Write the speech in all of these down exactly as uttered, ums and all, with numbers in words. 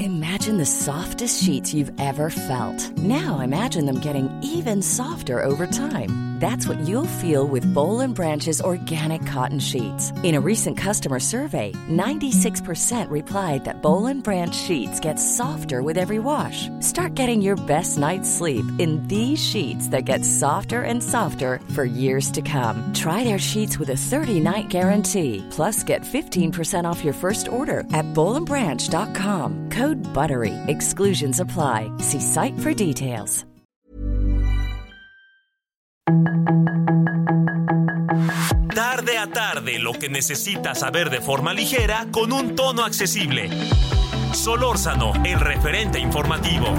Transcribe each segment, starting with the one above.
Imagine the softest sheets you've ever felt. Now imagine them getting even softer over time. That's what you'll feel with Boll and Branch's organic cotton sheets. In a recent customer survey, ninety-six percent replied that Boll and Branch sheets get softer with every wash. Start getting your best night's sleep in these sheets that get softer and softer for years to come. Try their sheets with a thirty-night guarantee. Plus, get fifteen percent off your first order at boll and branch dot com. Code BUTTERY. Exclusions apply. See site for details. Tarde a tarde, lo que necesitas saber de forma ligera con un tono accesible. Solórzano, el referente informativo.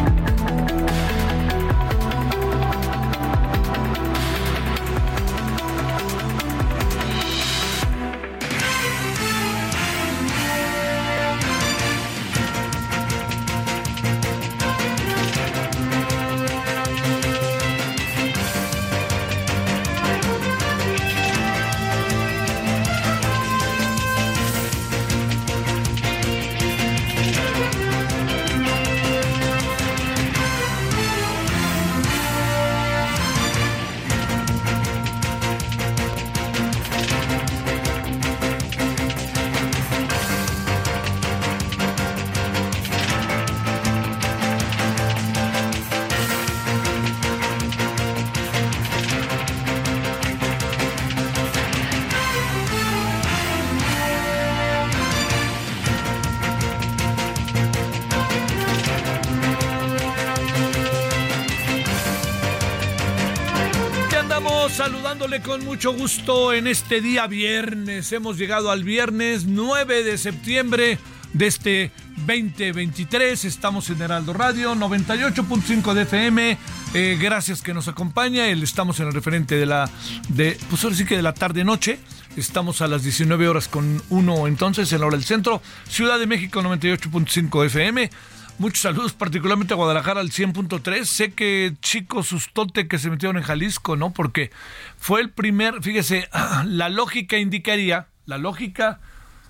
Saludándole con mucho gusto en este día viernes. Hemos llegado al viernes nueve de septiembre de este veinte veintitrés. Estamos en Heraldo Radio noventa y ocho punto cinco de F M. Eh, gracias que nos acompaña. Estamos en el referente de la de pues ahora sí que de la tarde noche. Estamos a las diecinueve horas con uno entonces en la hora del centro. Ciudad de México noventa y ocho punto cinco F M. Muchos saludos, particularmente a Guadalajara al cien punto tres. Sé que chicos sustote que se metieron en Jalisco, ¿no? Porque fue el primer, fíjese, la lógica indicaría, la lógica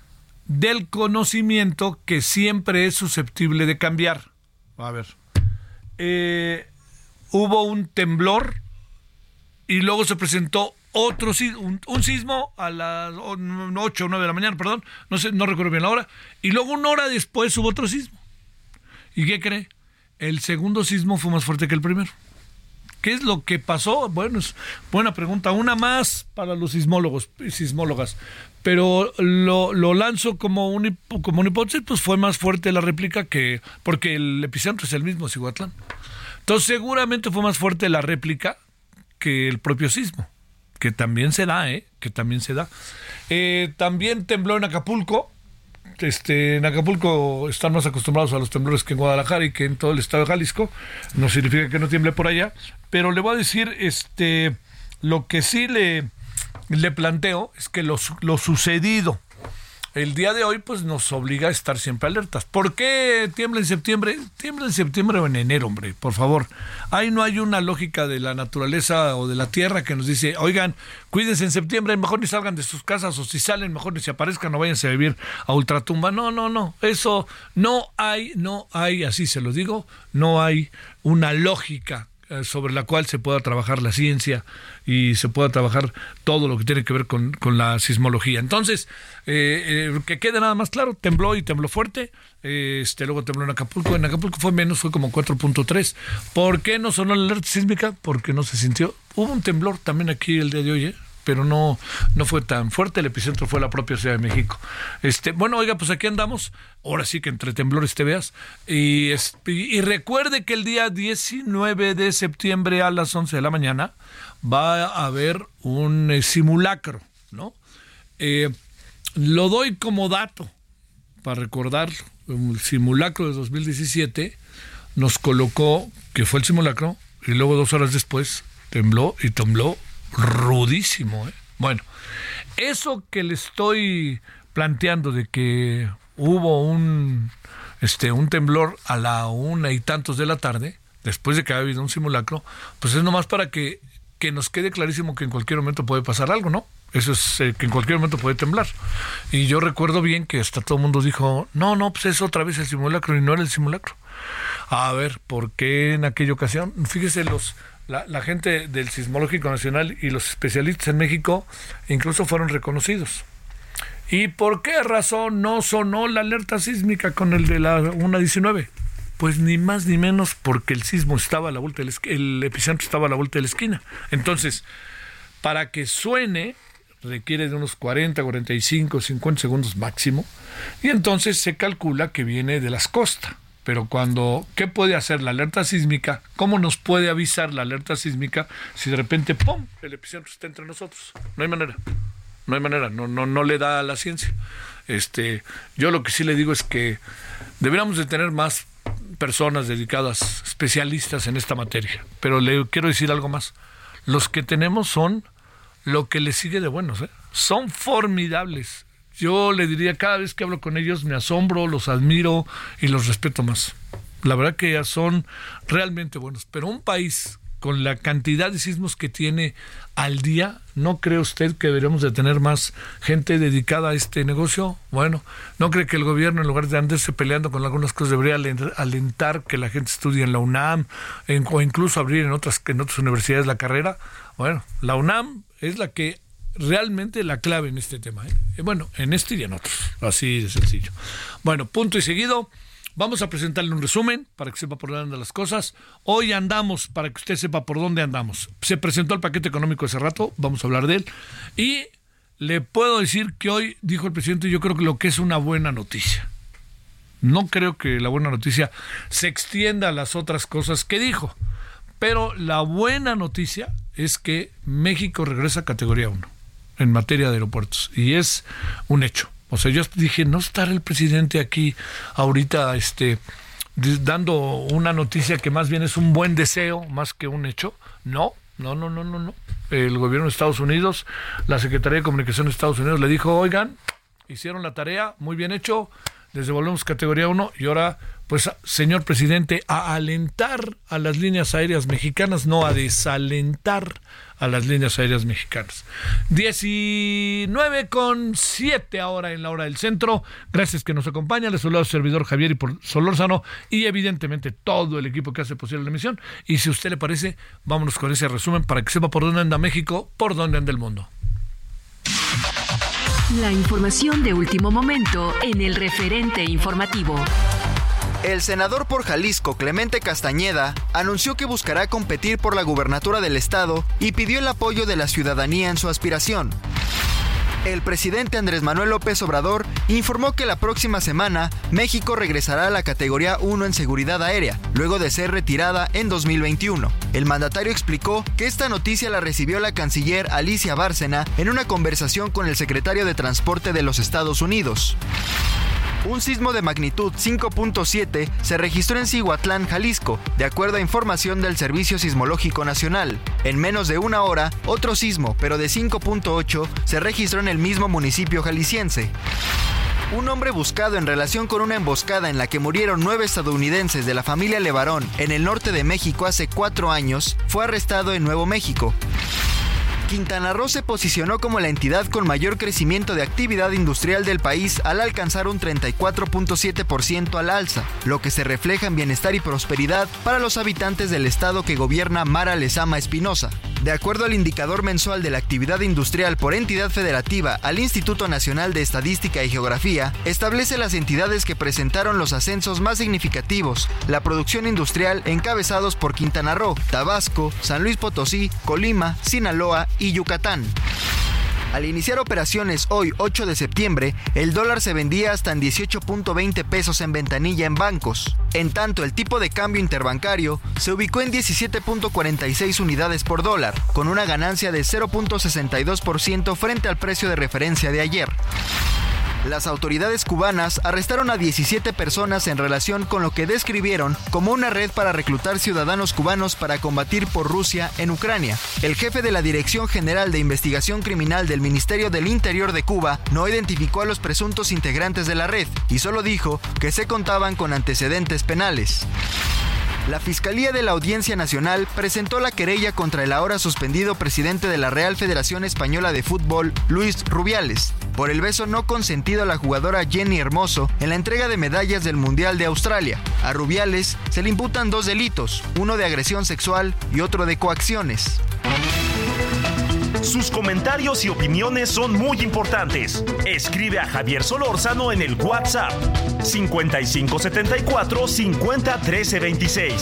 del conocimiento que siempre es susceptible de cambiar. A ver, eh, hubo un temblor y luego se presentó otro un, un sismo a las ocho o nueve de la mañana, perdón, no sé, no recuerdo bien la hora, y luego una hora después hubo otro sismo. ¿Y qué cree? El segundo sismo fue más fuerte que el primero. ¿Qué es lo que pasó? Bueno, es buena pregunta. Una más para los sismólogos y sismólogas. Pero lo, lo lanzo como, un, como una hipótesis, pues fue más fuerte la réplica que... Porque el epicentro es el mismo, Cihuatlán. Entonces seguramente fue más fuerte la réplica que el propio sismo. Que también se da, ¿eh? Que también se da. Eh, también tembló en Acapulco. Este, en Acapulco están más acostumbrados a los temblores que en Guadalajara y que en todo el estado de Jalisco. No significa que no tiemble por allá, pero le voy a decir, este, lo que sí le, le planteo es que lo, lo sucedido el día de hoy pues nos obliga a estar siempre alertas. ¿Por qué tiembla en septiembre? Tiembla en septiembre o en enero, hombre, por favor. Ahí no hay una lógica de la naturaleza o de la tierra que nos dice, oigan, cuídense en septiembre, mejor ni salgan de sus casas, o si salen, mejor ni se aparezcan, no váyanse a vivir a ultratumba. No, no, no, eso no hay, no hay, así se lo digo, no hay una lógica sobre la cual se pueda trabajar la ciencia y se pueda trabajar todo lo que tiene que ver con, con la sismología. Entonces, eh, eh, que quede nada más claro, tembló y tembló fuerte, eh, este luego tembló en Acapulco, en Acapulco fue menos, fue como cuatro punto tres. ¿Por qué no sonó la alerta sísmica? Porque no se sintió. Hubo un temblor también aquí el día de hoy, ¿eh? Pero no, no fue tan fuerte, el epicentro fue la propia Ciudad de México. Este, bueno, oiga, pues aquí andamos, ahora sí que entre temblores te veas, y, y, y recuerde que el día diecinueve de septiembre a las once de la mañana va a haber un eh, simulacro, ¿no? Eh, lo doy como dato, para recordarlo, el simulacro de dos mil diecisiete nos colocó, que fue el simulacro, y luego dos horas después tembló, y tembló rudísimo, ¿eh? Bueno, eso que le estoy planteando de que hubo un este un temblor a la una y tantos de la tarde, después de que había habido un simulacro, pues es nomás para que, que nos quede clarísimo que en cualquier momento puede pasar algo, ¿no? Eso es eh, que en cualquier momento puede temblar. Y yo recuerdo bien que hasta todo el mundo dijo, no, no, pues es otra vez el simulacro, y no era el simulacro. A ver, ¿por qué en aquella ocasión? Fíjese, los la, la gente del Sismológico Nacional y los especialistas en México incluso fueron reconocidos. ¿Y por qué razón no sonó la alerta sísmica con el de la una diecinueve? Pues ni más ni menos porque el sismo estaba a la vuelta de la esquina, el epicentro estaba a la vuelta de la esquina. Entonces, para que suene, requiere de unos cuarenta, cuarenta y cinco, cincuenta segundos máximo, y entonces se calcula que viene de las costas. Pero cuando, ¿qué puede hacer la alerta sísmica? ¿Cómo nos puede avisar la alerta sísmica si de repente, ¡pum!, el epicentro está entre nosotros? No hay manera, no hay manera, no, no, no le da a la ciencia. Este, yo lo que sí le digo es que deberíamos de tener más personas dedicadas, especialistas en esta materia. Pero le quiero decir algo más. Los que tenemos son lo que les sigue de buenos, ¿eh? Son formidables. Yo le diría, cada vez que hablo con ellos me asombro, los admiro y los respeto más. La verdad que ya son realmente buenos. Pero un país con la cantidad de sismos que tiene al día, ¿no cree usted que deberíamos de tener más gente dedicada a este negocio? Bueno, ¿no cree que el gobierno, en lugar de andarse peleando con algunas cosas, debería alentar que la gente estudie en la UNAM en, o incluso abrir en otras, en otras universidades la carrera? Bueno, la UNAM es la que realmente la clave en este tema, ¿eh? Bueno, en este y en otros, así de sencillo. Bueno, punto y seguido. Vamos a presentarle un resumen para que sepa por dónde andan las cosas. Hoy andamos, para que usted sepa por dónde andamos. Se presentó el paquete económico hace rato, vamos a hablar de él. Y le puedo decir que hoy, dijo el presidente, yo creo que lo que es una buena noticia. No creo que la buena noticia se extienda a las otras cosas que dijo. Pero la buena noticia es que México regresa a categoría uno en materia de aeropuertos. Y es un hecho. O sea, yo dije, ¿no estará el presidente aquí ahorita este, dando una noticia que más bien es un buen deseo más que un hecho? No, no, no, no, no, no. El gobierno de Estados Unidos, la Secretaría de Comunicación de Estados Unidos le dijo, oigan, hicieron la tarea, muy bien hecho, les devolvemos categoría uno y ahora, pues, señor presidente, a alentar a las líneas aéreas mexicanas, no a desalentar a las líneas aéreas mexicanas. diecinueve con siete ahora en la hora del centro. Gracias que nos acompaña. Les saluda su servidor Javier y por Solórzano y evidentemente todo el equipo que hace posible la emisión. Y si a usted le parece, vámonos con ese resumen para que sepa por dónde anda México, por dónde anda el mundo. La información de último momento en el referente informativo. El senador por Jalisco, Clemente Castañeda, anunció que buscará competir por la gubernatura del estado y pidió el apoyo de la ciudadanía en su aspiración. El presidente Andrés Manuel López Obrador informó que la próxima semana México regresará a la categoría uno en seguridad aérea, luego de ser retirada en dos mil veintiuno. El mandatario explicó que esta noticia la recibió la canciller Alicia Bárcena en una conversación con el secretario de Transporte de los Estados Unidos. Un sismo de magnitud cinco punto siete se registró en Cihuatlán, Jalisco, de acuerdo a información del Servicio Sismológico Nacional. En menos de una hora, otro sismo, pero de cinco punto ocho, se registró en el mismo municipio jalisciense. Un hombre buscado en relación con una emboscada en la que murieron nueve estadounidenses de la familia Levarón en el norte de México hace cuatro años, fue arrestado en Nuevo México. Quintana Roo se posicionó como la entidad con mayor crecimiento de actividad industrial del país al alcanzar un treinta y cuatro punto siete por ciento al alza, lo que se refleja en bienestar y prosperidad para los habitantes del estado que gobierna Mara Lezama Espinosa. De acuerdo al indicador mensual de la actividad industrial por entidad federativa al Instituto Nacional de Estadística y Geografía, establece las entidades que presentaron los ascensos más significativos, la producción industrial encabezados por Quintana Roo, Tabasco, San Luis Potosí, Colima, Sinaloa y Yucatán. Al iniciar operaciones hoy, ocho de septiembre, el dólar se vendía hasta en dieciocho punto veinte pesos en ventanilla en bancos. En tanto, el tipo de cambio interbancario se ubicó en diecisiete punto cuarenta y seis unidades por dólar, con una ganancia de cero punto sesenta y dos por ciento frente al precio de referencia de ayer. Las autoridades cubanas arrestaron a diecisiete personas en relación con lo que describieron como una red para reclutar ciudadanos cubanos para combatir por Rusia en Ucrania. El jefe de la Dirección General de Investigación Criminal del Ministerio del Interior de Cuba no identificó a los presuntos integrantes de la red y solo dijo que se contaban con antecedentes penales. La Fiscalía de la Audiencia Nacional presentó la querella contra el ahora suspendido presidente de la Real Federación Española de Fútbol, Luis Rubiales, por el beso no consentido a la jugadora Jenny Hermoso en la entrega de medallas del Mundial de Australia. A Rubiales se le imputan dos delitos, uno de agresión sexual y otro de coacciones. Sus comentarios y opiniones son muy importantes. Escribe a Javier Solórzano en el WhatsApp cincuenta y cinco setenta y cuatro cincuenta trece veintiséis.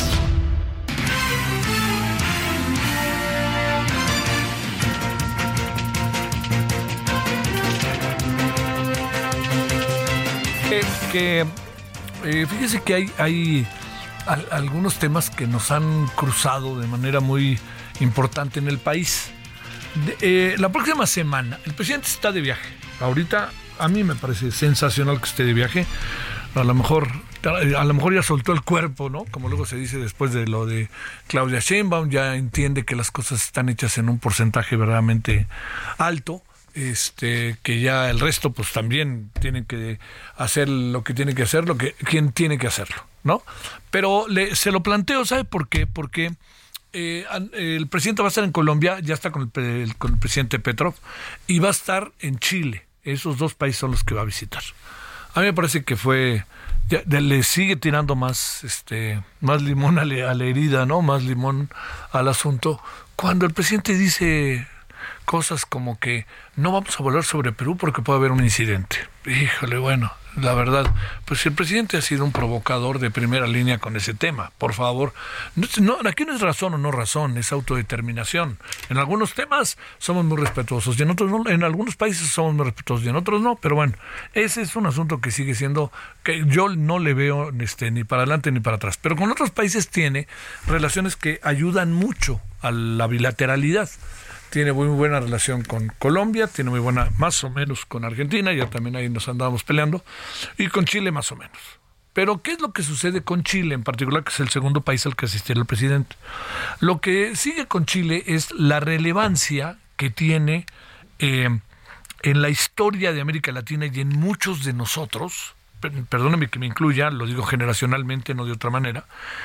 Eh, que eh, fíjese que hay, hay al, algunos temas que nos han cruzado de manera muy importante en el país. De, eh, la próxima semana el presidente está de viaje. Ahorita a mí me parece sensacional que esté de viaje. A lo mejor a lo mejor ya soltó el cuerpo, ¿no? Como luego se dice después de lo de Claudia Sheinbaum, ya entiende que las cosas están hechas en un porcentaje verdaderamente alto. Este, que ya el resto pues también tienen que hacer lo que tienen que hacer, lo que quien tiene que hacerlo, ¿no? Pero le, se lo planteo, ¿sabe por qué? Porque eh, el presidente va a estar en Colombia, ya está con el, el, con el presidente Petro, y va a estar en Chile. Esos dos países son los que va a visitar. A mí me parece que fue, ya, de, le sigue tirando más, este, más limón a, le, a la herida, ¿no? Más limón al asunto. Cuando el presidente dice cosas como que no vamos a volar sobre Perú porque puede haber un incidente. Híjole, bueno, la verdad, pues el presidente ha sido un provocador de primera línea con ese tema. Por favor, no, no, aquí no es razón o no razón, es autodeterminación. En algunos temas somos muy respetuosos y en otros no, en algunos países somos muy respetuosos y en otros no, pero bueno, ese es un asunto que sigue siendo, que yo no le veo este, ni para adelante ni para atrás. Pero con otros países tiene relaciones que ayudan mucho a la bilateralidad. Tiene muy buena relación con Colombia, tiene muy buena más o menos con Argentina, ya también ahí nos andábamos peleando, y con Chile más o menos. Pero ¿qué es lo que sucede con Chile en particular, que es el segundo país al que asistiera el presidente? Lo que sigue con Chile es la relevancia que tiene eh, en la historia de América Latina y en muchos de nosotros, perdóneme que me incluya, lo digo generacionalmente, no de otra manera,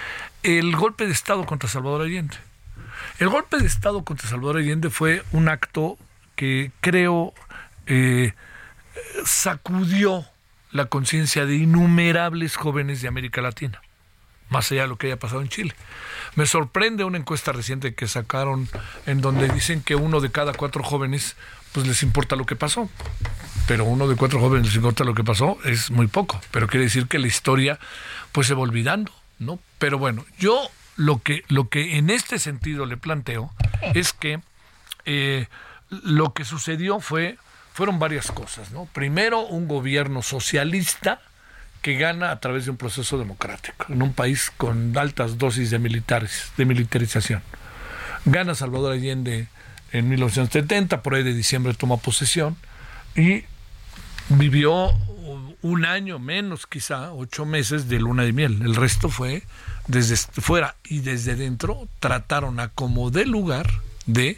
el golpe de Estado contra Salvador Allende. El golpe de Estado contra Salvador Allende fue un acto que creo eh, sacudió la conciencia de innumerables jóvenes de América Latina, más allá de lo que haya pasado en Chile. Me sorprende una encuesta reciente que sacaron en donde dicen que uno de cada cuatro jóvenes pues les importa lo que pasó, pero uno de cuatro jóvenes les importa lo que pasó es muy poco, pero quiere decir que la historia pues se va olvidando, ¿no? Pero bueno, yo Lo que, lo que en este sentido le planteo es que eh, lo que sucedió fue, fueron varias cosas, ¿no? Primero, un gobierno socialista que gana a través de un proceso democrático, en un país con altas dosis de militares, de militarización. Gana Salvador Allende en mil novecientos setenta, por ahí de diciembre toma posesión, y vivió un año menos, quizá, ocho meses de luna de miel. El resto fue desde fuera y desde dentro trataron a como de lugar de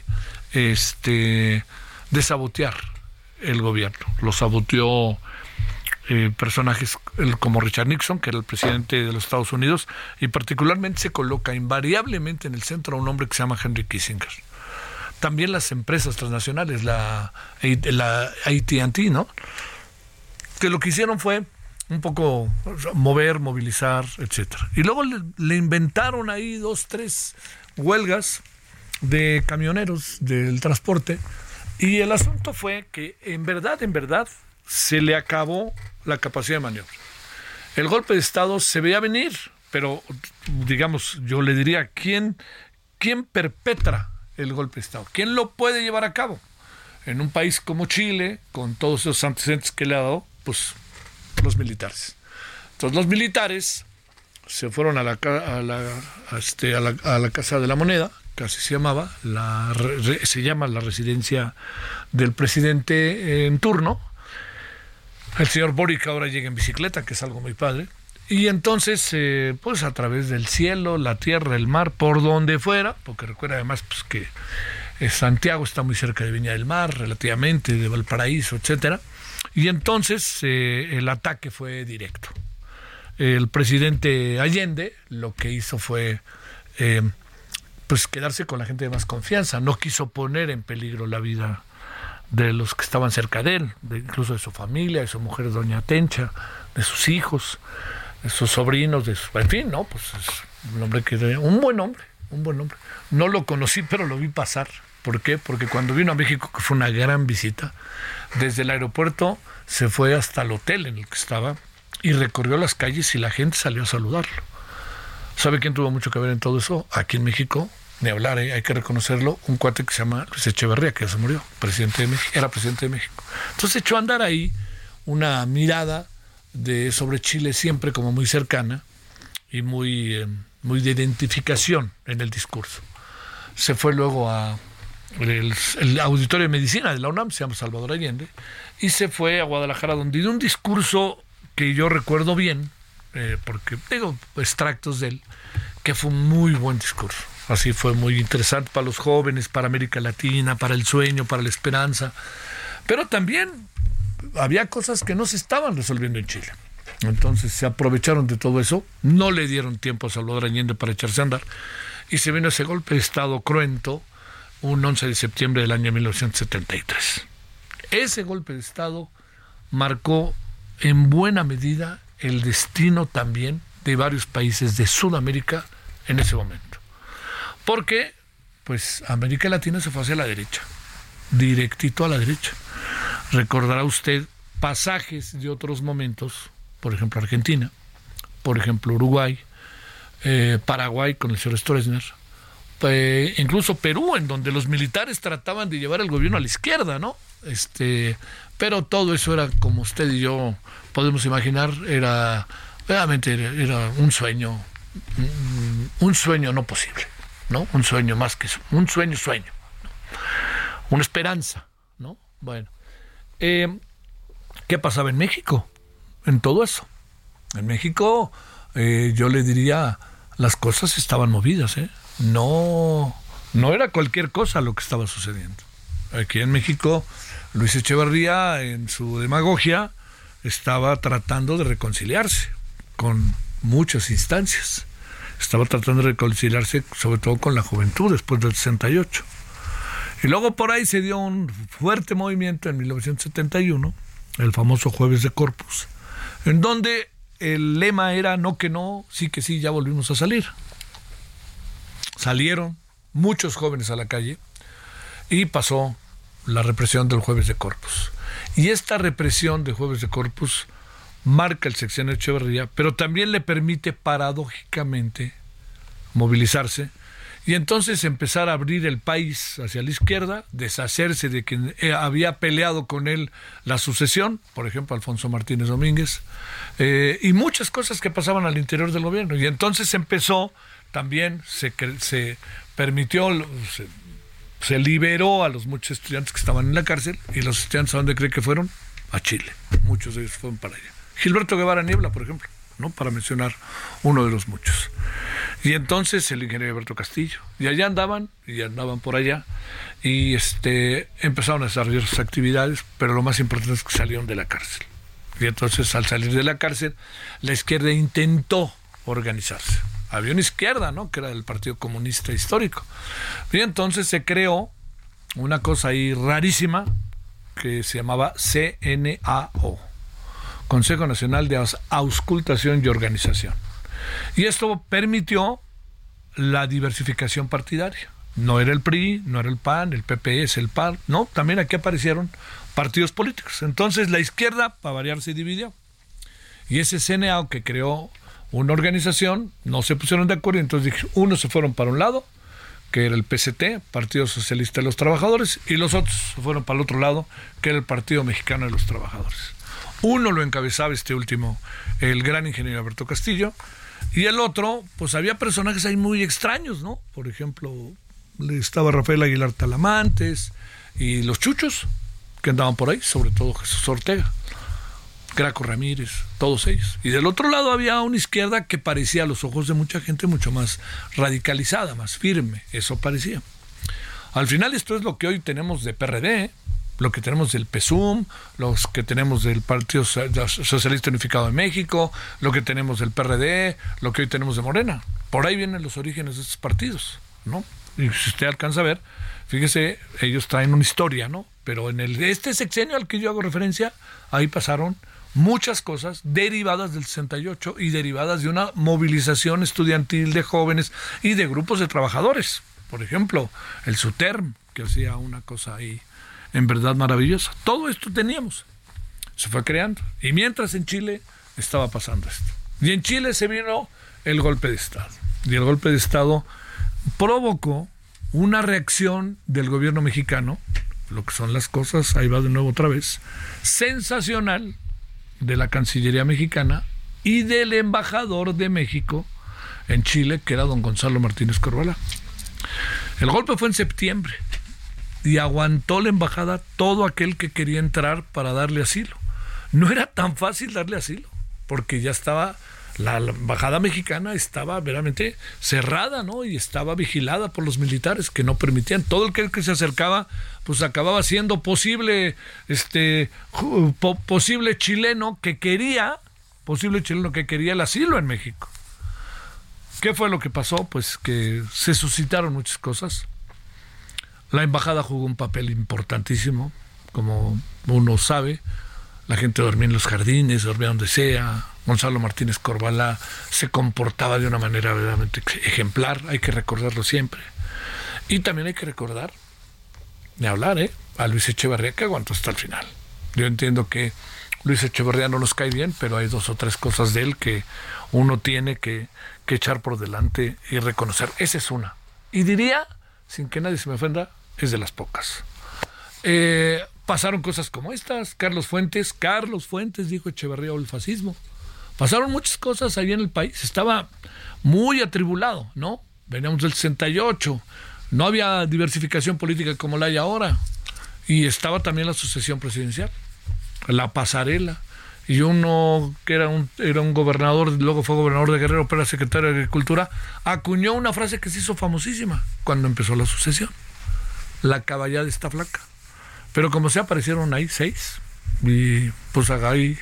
este de sabotear el gobierno. Lo saboteó eh, personajes como Richard Nixon, que era el presidente de los Estados Unidos, y particularmente se coloca invariablemente en el centro a un hombre que se llama Henry Kissinger. También las empresas transnacionales, la, la A T and T, ¿no? Que lo que hicieron fue un poco mover, movilizar, etcétera. Y luego le, le inventaron ahí dos, tres huelgas de camioneros del transporte, y el asunto fue que en verdad, en verdad, se le acabó la capacidad de maniobra. El golpe de Estado se veía venir, pero digamos, yo le diría, ¿quién, quién perpetra el golpe de Estado? ¿Quién lo puede llevar a cabo? En un país como Chile, con todos esos antecedentes que le ha dado, pues los militares. Entonces los militares se fueron a la, a la, a este, a la, a la Casa de la Moneda, que así se llamaba, la, re, se llama la residencia del presidente en turno. El señor Boric ahora llega en bicicleta, que es algo muy padre. Y entonces, eh, pues a través del cielo, la tierra, el mar, por donde fuera, porque recuerda además pues, que eh, Santiago está muy cerca de Viña del Mar, relativamente, de Valparaíso, etcétera. Y entonces eh, el ataque fue directo. el presidente Allende lo que hizo fue eh, pues quedarse con la gente de más confianza, no quiso poner en peligro la vida de los que estaban cerca de él, de, incluso de su familia, de su mujer doña Tencha, de sus hijos, de sus sobrinos, de su, en fin, no, pues es un hombre que un buen hombre, un buen hombre. No lo conocí, pero lo vi pasar. ¿Por qué? Porque cuando vino a México, que fue una gran visita, desde el aeropuerto se fue hasta el hotel en el que estaba y recorrió las calles y la gente salió a saludarlo. ¿Sabe quién tuvo mucho que ver en todo eso? Aquí en México, ni hablar, ¿eh? Hay que reconocerlo, un cuate que se llama Luis Echeverría, que ya se murió, presidente de México, era presidente de México. Entonces echó a andar ahí una mirada de sobre Chile siempre como muy cercana y muy, eh, muy de identificación en el discurso. Se fue luego a el, el auditorio de medicina de la UNAM, se llama Salvador Allende, y se fue a Guadalajara, donde dio un discurso que yo recuerdo bien, eh, porque tengo extractos de él, que fue un muy buen discurso. Así fue muy interesante para los jóvenes, para América Latina, para el sueño, para la esperanza. Pero también había cosas que no se estaban resolviendo en Chile. Entonces se aprovecharon de todo eso, no le dieron tiempo a Salvador Allende para echarse a andar, y se vino ese golpe de Estado cruento un once de septiembre del año mil novecientos setenta y tres. Ese golpe de Estado marcó en buena medida el destino también de varios países de Sudamérica en ese momento. Porque, pues, América Latina se fue hacia la derecha, directito a la derecha. Recordará usted pasajes de otros momentos, por ejemplo Argentina, por ejemplo Uruguay, eh, Paraguay con el señor Stroessner, eh, incluso Perú, en donde los militares trataban de llevar el gobierno a la izquierda, ¿no? Este, pero todo eso era, como usted y yo podemos imaginar, era realmente era, era un sueño, un, un sueño no posible, ¿no? Un sueño más que un sueño, sueño, ¿no? Una esperanza, ¿no? Bueno, eh, ¿qué pasaba en México? En todo eso. En México, eh, yo le diría, las cosas estaban movidas, ¿eh? No, no era cualquier cosa lo que estaba sucediendo. Aquí en México, Luis Echeverría, en su demagogia, estaba tratando de reconciliarse con muchas instancias. Estaba tratando de reconciliarse sobre todo con la juventud después del sesenta y ocho. Y luego por ahí se dio un fuerte movimiento en mil novecientos setenta y uno, el famoso Jueves de Corpus, en donde el lema era no que no, sí que sí, ya volvimos a salir. Salieron muchos jóvenes a la calle y pasó la represión del Jueves de Corpus. Y esta represión de Jueves de Corpus marca el sexenio de Echeverría, pero también le permite paradójicamente movilizarse y entonces empezar a abrir el país hacia la izquierda, deshacerse de quien había peleado con él la sucesión, por ejemplo Alfonso Martínez Domínguez, eh, y muchas cosas que pasaban al interior del gobierno. Y entonces empezó, también se, se permitió, se, se liberó a los muchos estudiantes que estaban en la cárcel, y los estudiantes, ¿a dónde cree que fueron? A Chile. Muchos de ellos fueron para allá. Gilberto Guevara Niebla, por ejemplo, ¿no? Para mencionar uno de los muchos. Y entonces el ingeniero Alberto Castillo, y allá andaban, y andaban por allá, y este empezaron a desarrollar sus actividades, pero lo más importante es que salieron de la cárcel. Y entonces, al salir de la cárcel, la izquierda intentó organizarse. Había una izquierda, ¿no?, que era el Partido Comunista Histórico. Y entonces se creó una cosa ahí rarísima que se llamaba C N A O, Consejo Nacional de Auscultación y Organización. Y esto permitió la diversificación partidaria. No era el P R I, no era el P A N, el P P S, el P A R, no, también aquí aparecieron partidos políticos. Entonces la izquierda, para variar, se dividió. Y ese C N A O que creó una organización, no se pusieron de acuerdo, entonces unos se fueron para un lado, que era el P S T, Partido Socialista de los Trabajadores, y los otros se fueron para el otro lado, que era el Partido Mexicano de los Trabajadores. Uno lo encabezaba este último, el gran ingeniero Alberto Castillo, y el otro, pues había personajes ahí muy extraños, ¿no? Por ejemplo, estaba Rafael Aguilar Talamantes y los chuchos que andaban por ahí, sobre todo Jesús Ortega, Graco Ramírez, todos ellos. Y del otro lado había una izquierda que parecía a los ojos de mucha gente mucho más radicalizada, más firme, eso parecía. Al final esto es lo que hoy tenemos de P R D, ¿eh? lo que tenemos del P S U M, los que tenemos del Partido Socialista Unificado de México, lo que tenemos del P R D, lo que hoy tenemos de Morena. Por ahí vienen los orígenes de estos partidos, ¿no? Y si usted alcanza a ver, fíjese, ellos traen una historia, ¿no? Pero en el este sexenio al que yo hago referencia, ahí pasaron muchas cosas derivadas del sesenta y ocho y derivadas de una movilización estudiantil de jóvenes y de grupos de trabajadores. Por ejemplo, el SUTERM, que hacía una cosa ahí en verdad maravillosa. Todo esto teníamos. Se fue creando. Y mientras en Chile estaba pasando esto. Y en Chile se vino el golpe de Estado. Y el golpe de Estado provocó una reacción del gobierno mexicano, lo que son las cosas, ahí va de nuevo otra vez, sensacional, de la Cancillería mexicana y del embajador de México en Chile, que era don Gonzalo Martínez Corvalán. El golpe fue en septiembre y aguantó la embajada todo aquel que quería entrar para darle asilo. No era tan fácil darle asilo, porque ya estaba, la, la embajada mexicana estaba verdaderamente cerrada, ¿no? Y estaba vigilada por los militares que no permitían. Todo el que, que se acercaba, pues acababa siendo posible, este, po, posible chileno que quería, posible chileno que quería el asilo en México. ¿Qué fue lo que pasó? Pues que se suscitaron muchas cosas. La embajada jugó un papel importantísimo, como uno sabe. La gente dormía en los jardines, dormía donde sea. Gonzalo Martínez Corvalán se comportaba de una manera verdaderamente ejemplar, hay que recordarlo siempre. Y también hay que recordar, ni hablar, ¿eh? a Luis Echeverría, que aguantó hasta el final. Yo entiendo que Luis Echeverría no nos cae bien, pero hay dos o tres cosas de él que uno tiene que, que echar por delante y reconocer. Esa es una. Y diría, sin que nadie se me ofenda, es de las pocas. Eh, pasaron cosas como estas. Carlos Fuentes, Carlos Fuentes dijo Echeverría o el fascismo. Pasaron muchas cosas ahí en el país. Estaba muy atribulado, ¿no? Veníamos del sesenta y ocho. No había diversificación política como la hay ahora. Y estaba también la sucesión presidencial, la pasarela. Y uno que era un, era un gobernador, luego fue gobernador de Guerrero, pero era secretario de Agricultura, acuñó una frase que se hizo famosísima cuando empezó la sucesión. La caballada está flaca. Pero como se aparecieron ahí seis, y pues ahí,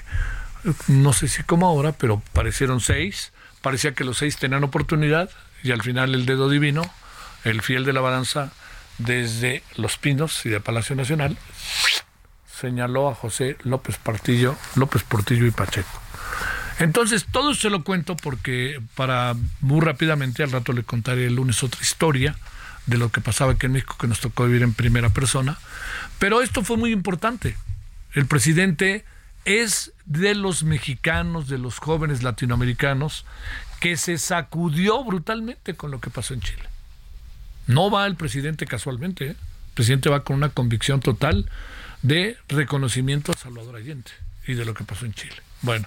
no sé si como ahora, pero aparecieron seis, parecía que los seis tenían oportunidad, y al final el dedo divino, el fiel de la balanza, desde Los Pinos y de Palacio Nacional, señaló a José López Portillo, López Portillo y Pacheco. Entonces, todo se lo cuento porque, para muy rápidamente, al rato le contaré el lunes otra historia de lo que pasaba aquí en México, que nos tocó vivir en primera persona. Pero esto fue muy importante. El presidente es de los mexicanos, de los jóvenes latinoamericanos, que se sacudió brutalmente con lo que pasó en Chile. No va el presidente casualmente, ¿eh? El presidente va con una convicción total de reconocimiento a Salvador Allende y de lo que pasó en Chile. Bueno,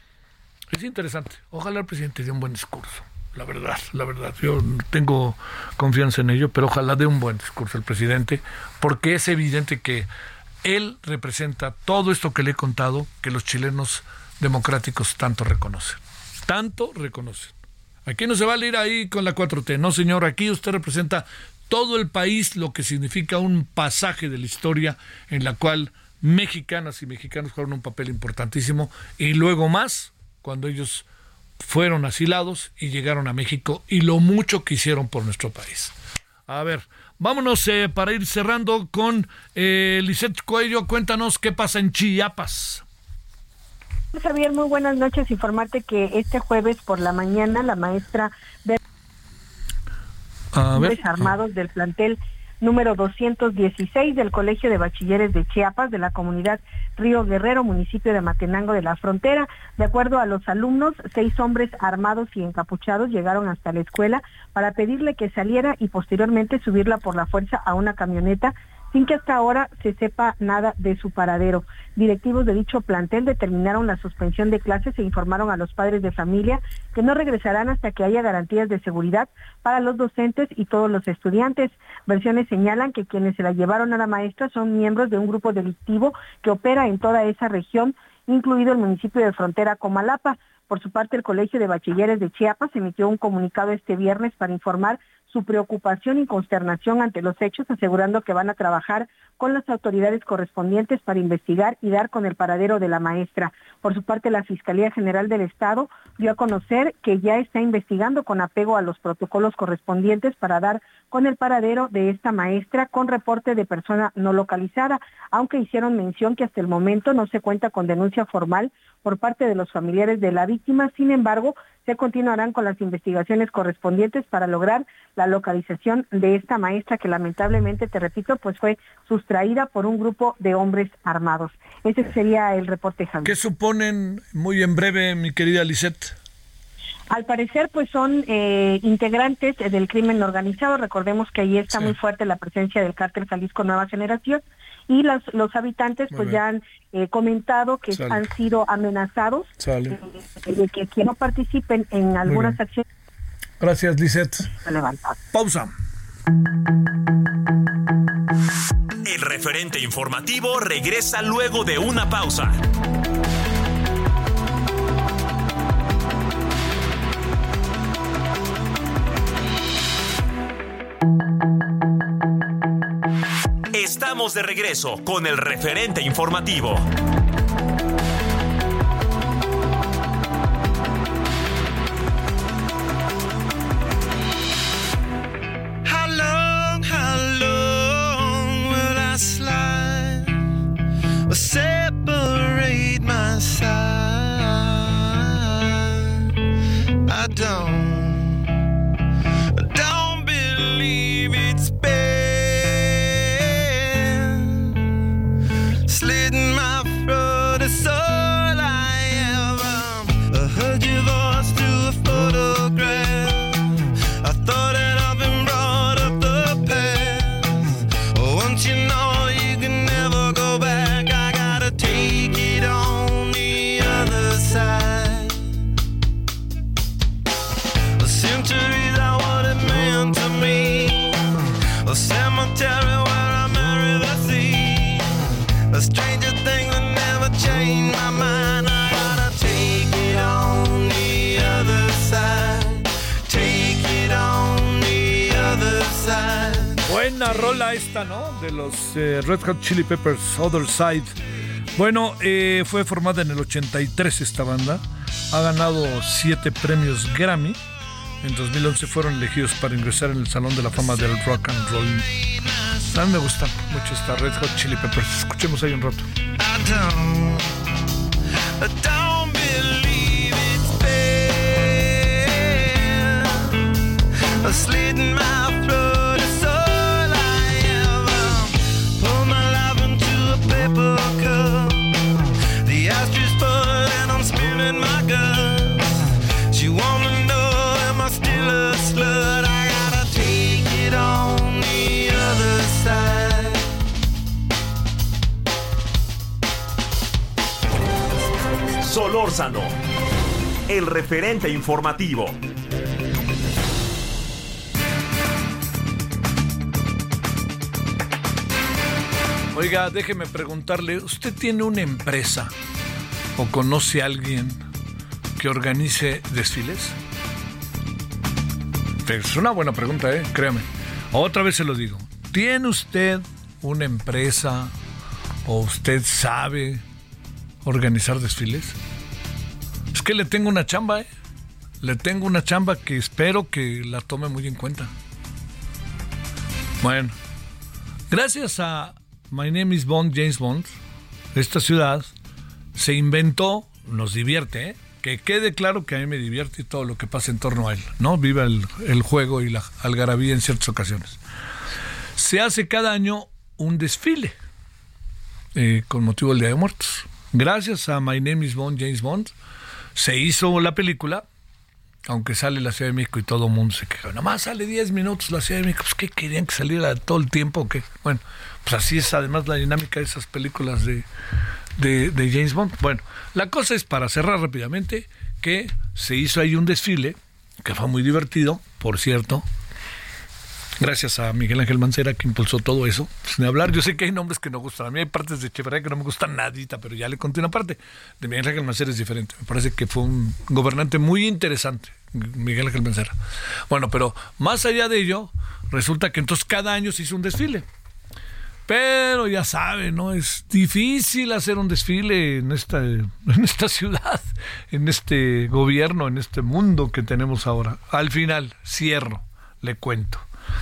es interesante. Ojalá el presidente dé un buen discurso. La verdad, la verdad. Yo tengo confianza en ello, pero ojalá dé un buen discurso el presidente, porque es evidente que él representa todo esto que le he contado, que los chilenos democráticos tanto reconocen. Tanto reconocen. Aquí no se va a ir ahí con la cuatro T. No, señor, aquí usted representa todo el país, lo que significa un pasaje de la historia en la cual mexicanas y mexicanos jugaron un papel importantísimo, y luego más cuando ellos fueron asilados y llegaron a México, y lo mucho que hicieron por nuestro país. A ver, vámonos eh, para ir cerrando con eh, Lisette Coello. Cuéntanos qué pasa en Chiapas. Javier, muy buenas noches. Informarte que este jueves por la mañana la maestra de hombres armados del plantel número doscientos dieciséis del Colegio de Bachilleres de Chiapas, de la comunidad Río Guerrero, municipio de Matenango de la Frontera. De acuerdo a los alumnos, seis hombres armados y encapuchados llegaron hasta la escuela para pedirle que saliera y posteriormente subirla por la fuerza a una camioneta, sin que hasta ahora se sepa nada de su paradero. Directivos de dicho plantel determinaron la suspensión de clases e informaron a los padres de familia que no regresarán hasta que haya garantías de seguridad para los docentes y todos los estudiantes. Versiones señalan que quienes se la llevaron a la maestra son miembros de un grupo delictivo que opera en toda esa región, incluido el municipio de Frontera Comalapa. Por su parte, el Colegio de Bachilleres de Chiapas emitió un comunicado este viernes para informar su preocupación y consternación ante los hechos, asegurando que van a trabajar con las autoridades correspondientes para investigar y dar con el paradero de la maestra. Por su parte, la Fiscalía General del Estado dio a conocer que ya está investigando con apego a los protocolos correspondientes para dar con el paradero de esta maestra con reporte de persona no localizada, aunque hicieron mención que hasta el momento no se cuenta con denuncia formal por parte de los familiares de la víctima. Sin embargo, se continuarán con las investigaciones correspondientes para lograr la localización de esta maestra que lamentablemente, te repito, pues fue sustraída por un grupo de hombres armados. Ese sería el reporte, Javier. ¿Qué suponen, muy en breve, mi querida Lisette? Al parecer, pues son eh, integrantes del crimen organizado. Recordemos que ahí está sí. muy fuerte la presencia del cártel Jalisco Nueva Generación, y los, los habitantes muy pues bien. ya han eh, comentado que Sale. han sido amenazados eh, de que, que no participen en algunas acciones. Gracias, Lisette. Pausa. El referente informativo regresa luego de una pausa. Estamos de regreso con el referente informativo. How long, how long will I slide or separate my side? I don't, I don't believe it's bad. Slitting my throat is all I am. I heard your voice through a photograph. I thought that I've been brought up the past. Once you know you can never go back, I gotta take it on the other side. The centuries are what it meant to me. A cemetery where I marry the sea. A stranger thing that never changed my mind. I gotta take it on the other side. Take it on the other side. Buena rola esta, ¿no? De los eh, Red Hot Chili Peppers, Other Side. Bueno, eh, fue formada en el ochenta y tres esta banda. Ha ganado siete premios Grammy. En dos mil once fueron elegidos para ingresar en el Salón de la Fama del Rock and Roll. A mí me gusta mucho esta Red Hot Chili Peppers. Escuchemos ahí un rato. I don't, I don't believe it's bad. A slit in my throat is all I am. Pour my life into a paper cup. The ashes full and I'm spilling my guts. She wanna know, am I still a slut? I gotta take it on the other side. Solórzano, el referente informativo. Oiga, déjeme preguntarle, ¿usted tiene una empresa o conoce a alguien que organice desfiles? Es una buena pregunta, ¿eh? Créame. Otra vez se lo digo. ¿Tiene usted una empresa o usted sabe organizar desfiles? Es que le tengo una chamba, ¿eh? Le tengo una chamba que espero que la tome muy en cuenta. Bueno, gracias a My Name is Bond, James Bond, esta ciudad se inventó, nos divierte, ¿eh? Que quede claro que a mí me divierte todo lo que pasa en torno a él, ¿no? Viva el, el juego y la algarabía en ciertas ocasiones. Se hace cada año un desfile eh, con motivo del Día de Muertos. Gracias a My Name is Bond, James Bond, se hizo la película, aunque sale la Ciudad de México y todo el mundo se queja. Nomás sale diez minutos la Ciudad de México. Pues, ¿qué querían que saliera todo el tiempo o qué? Bueno, pues así es además la dinámica de esas películas de, de, de James Bond. Bueno, la cosa es, para cerrar rápidamente, que se hizo ahí un desfile, que fue muy divertido, por cierto. Gracias a Miguel Ángel Mancera, que impulsó todo eso. Sin hablar, yo sé que hay nombres que no gustan. A mí hay partes de Echeverría que no me gustan nadita, pero ya le conté una parte. De Miguel Ángel Mancera es diferente. Me parece que fue un gobernante muy interesante, Miguel Ángel Mancera. Bueno, pero más allá de ello, resulta que entonces cada año se hizo un desfile. Pero ya saben, ¿no? Es difícil hacer un desfile en esta, en esta ciudad, en este gobierno, en este mundo que tenemos ahora. Al final, cierro, le cuento.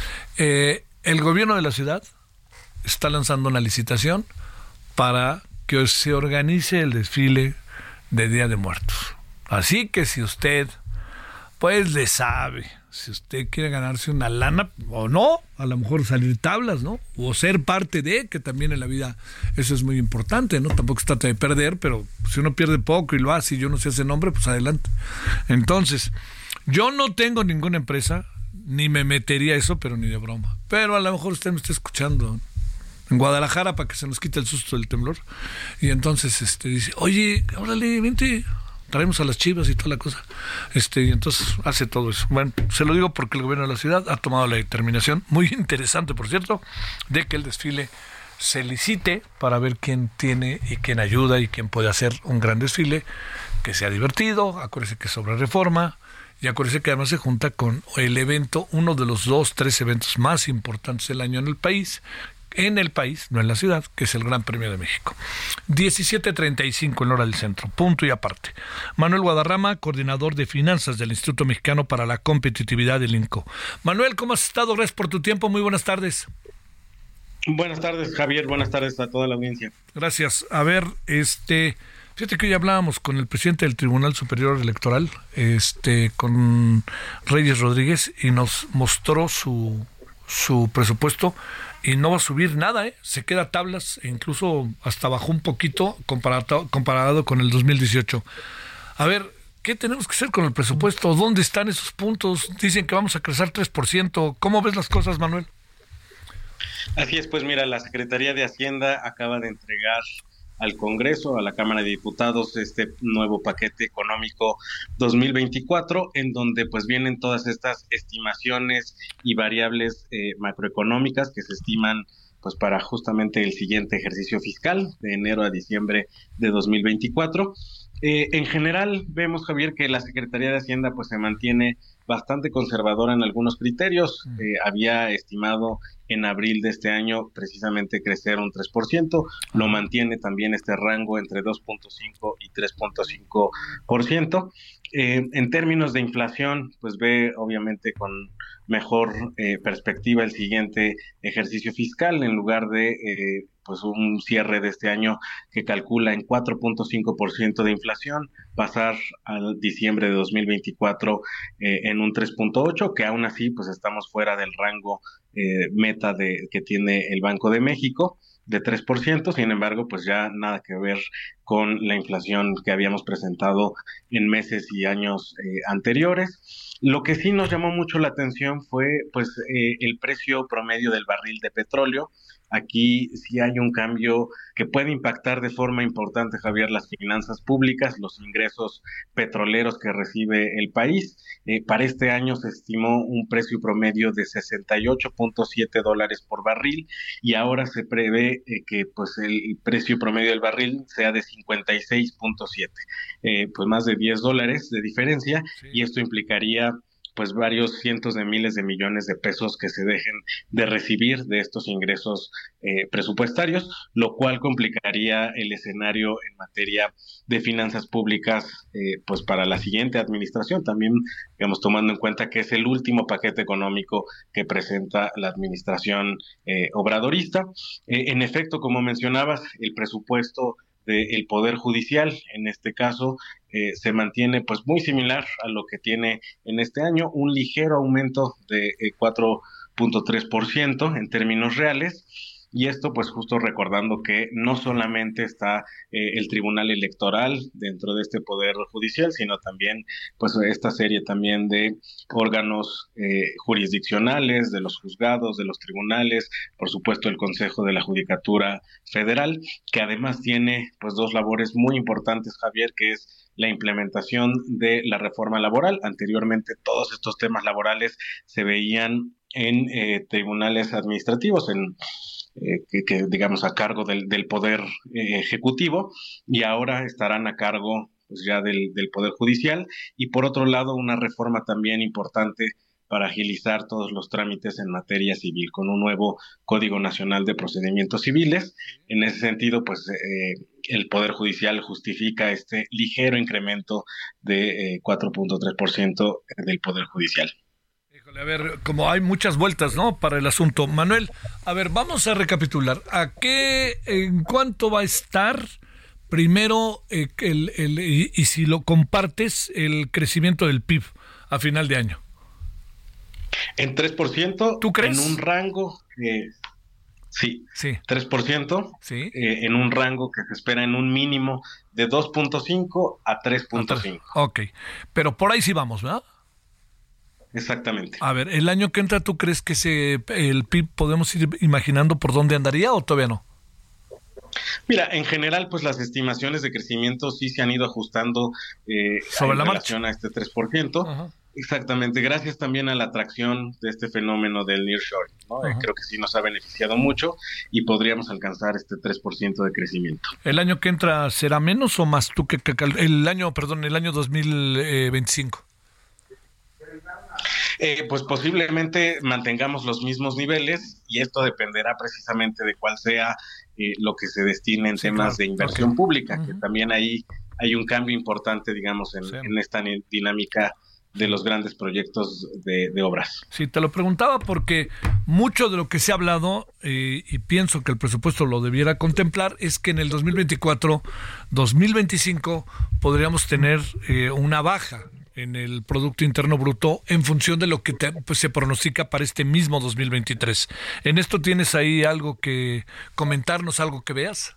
Eh, el gobierno de la ciudad está lanzando una licitación para que se organice el desfile de Día de Muertos. Así que si usted, pues le sabe, si usted quiere ganarse una lana o no, a lo mejor salir tablas, ¿no? O ser parte de, que también en la vida eso es muy importante, ¿no? Tampoco se trata de perder, pero si uno pierde poco y lo hace y yo no sé ese nombre, pues adelante. Entonces, yo no tengo ninguna empresa, ni me metería eso, pero ni de broma. Pero a lo mejor usted me está escuchando en Guadalajara para que se nos quite el susto del temblor. Y entonces este dice, oye, órale, vente, traemos a las Chivas y toda la cosa. Este, y entonces hace todo eso. Bueno, se lo digo porque el gobierno de la ciudad ha tomado la determinación, muy interesante por cierto, de que el desfile se licite para ver quién tiene y quién ayuda y quién puede hacer un gran desfile, que sea divertido. Acuérdese que sobre Reforma. Y acuérdese que además se junta con el evento, uno de los dos, tres eventos más importantes del año en el país, en el país, no en la ciudad, que es el Gran Premio de México. diecisiete treinta y cinco en hora del centro, punto y aparte. Manuel Guadarrama, coordinador de finanzas del Instituto Mexicano para la Competitividad del INCO. Manuel, ¿cómo has estado? Gracias por tu tiempo, muy buenas tardes. Buenas tardes, Javier, buenas tardes a toda la audiencia. Gracias. A ver, este... Fíjate que hoy hablábamos con el presidente del Tribunal Superior Electoral, este, con Reyes Rodríguez, y nos mostró su, su presupuesto y no va a subir nada, ¿eh? Se queda a tablas e incluso hasta bajó un poquito comparado, comparado con el dos mil dieciocho. A ver, ¿qué tenemos que hacer con el presupuesto? ¿Dónde están esos puntos? Dicen que vamos a crecer tres por ciento. ¿Cómo ves las cosas, Manuel? Así es, pues mira, la Secretaría de Hacienda acaba de entregar al Congreso, a la Cámara de Diputados, este nuevo paquete económico dos mil veinticuatro, en donde pues vienen todas estas estimaciones y variables eh, macroeconómicas que se estiman pues para justamente el siguiente ejercicio fiscal, de enero a diciembre de dos mil veinticuatro. Eh, en general vemos, Javier, que la Secretaría de Hacienda pues se mantiene bastante conservadora en algunos criterios. Eh, había estimado en abril de este año precisamente crecer un tres por ciento, lo mantiene también este rango entre dos punto cinco y tres punto cinco por ciento. Eh, en términos de inflación, pues ve obviamente con mejor eh, perspectiva el siguiente ejercicio fiscal, en lugar de eh, pues un cierre de este año que calcula en cuatro punto cinco por ciento de inflación, pasar al diciembre de dos mil veinticuatro eh, en un tres punto ocho, que aún así pues estamos fuera del rango eh, meta de que tiene el Banco de México de tres por ciento. Sin embargo, pues ya nada que ver con la inflación que habíamos presentado en meses y años eh, anteriores. Lo que sí nos llamó mucho la atención fue pues eh, el precio promedio del barril de petróleo. Aquí sí hay un cambio que puede impactar de forma importante, Javier, las finanzas públicas, los ingresos petroleros que recibe el país. Eh, para este año se estimó un precio promedio de sesenta y ocho punto siete dólares por barril y ahora se prevé eh, que pues el precio promedio del barril sea de cincuenta y seis punto siete, eh, pues más de diez dólares de diferencia. Sí. Y esto implicaría pues varios cientos de miles de millones de pesos que se dejen de recibir de estos ingresos eh, presupuestarios, lo cual complicaría el escenario en materia de finanzas públicas eh, pues para la siguiente administración, también digamos tomando en cuenta que es el último paquete económico que presenta la administración eh, obradorista. Eh, en efecto, como mencionabas, el presupuesto del Poder Judicial, en este caso, eh, se mantiene pues muy similar a lo que tiene en este año, un ligero aumento de eh, cuatro punto tres por ciento en términos reales. Y esto pues justo recordando que no solamente está eh, el Tribunal Electoral dentro de este Poder Judicial, sino también pues esta serie también de órganos eh, jurisdiccionales, de los juzgados, de los tribunales, por supuesto el Consejo de la Judicatura Federal, que además tiene pues dos labores muy importantes, Javier, que es la implementación de la reforma laboral. Anteriormente todos estos temas laborales se veían en eh, tribunales administrativos, en eh, que, que digamos a cargo del, del poder eh, ejecutivo, y ahora estarán a cargo pues ya del, del poder judicial. Y por otro lado, una reforma también importante para agilizar todos los trámites en materia civil, con un nuevo Código Nacional de Procedimientos Civiles. En ese sentido, pues eh, el Poder Judicial justifica este ligero incremento de eh, cuatro punto tres por ciento del Poder Judicial. Híjole, a ver, como hay muchas vueltas, ¿no?, para el asunto. Manuel, a ver, vamos a recapitular. ¿A qué, en cuánto va a estar, primero, eh, el, el, y, y si lo compartes, el crecimiento del P I B a final de año? En tres por ciento. ¿Tú crees? En un rango, eh, sí, sí, tres por ciento, sí. Eh, en un rango que se espera en un mínimo de dos punto cinco a tres punto cinco. Ok, pero por ahí sí vamos, ¿verdad? Exactamente. A ver, el año que entra, ¿tú crees que ese, el P I B podemos ir imaginando por dónde andaría o todavía no? Mira, en general, pues las estimaciones de crecimiento sí se han ido ajustando eh, sobre en la relación marcha a este tres por ciento. Ajá. Exactamente, gracias también a la atracción de este fenómeno del nearshoring, ¿no? Eh, creo que sí nos ha beneficiado mucho y podríamos alcanzar este tres por ciento de crecimiento. ¿El año que entra será menos o más? ¿Tú que, que el año, perdón, el año dos mil veinticinco? Eh, pues posiblemente mantengamos los mismos niveles, y esto dependerá precisamente de cuál sea eh, lo que se destine en sí, temas claro. de inversión okay. pública, uh-huh. que también ahí hay un cambio importante, digamos, en, sí. en esta dinámica de los grandes proyectos de, de obras. Sí, te lo preguntaba porque mucho de lo que se ha hablado, eh, y pienso que el presupuesto lo debiera contemplar, es que en el dos mil veinticuatro, dos mil veinticinco podríamos tener eh, una baja en el Producto Interno Bruto en función de lo que te, pues, se pronostica para este mismo dos mil veintitrés. ¿En esto tienes ahí algo que comentarnos, algo que veas?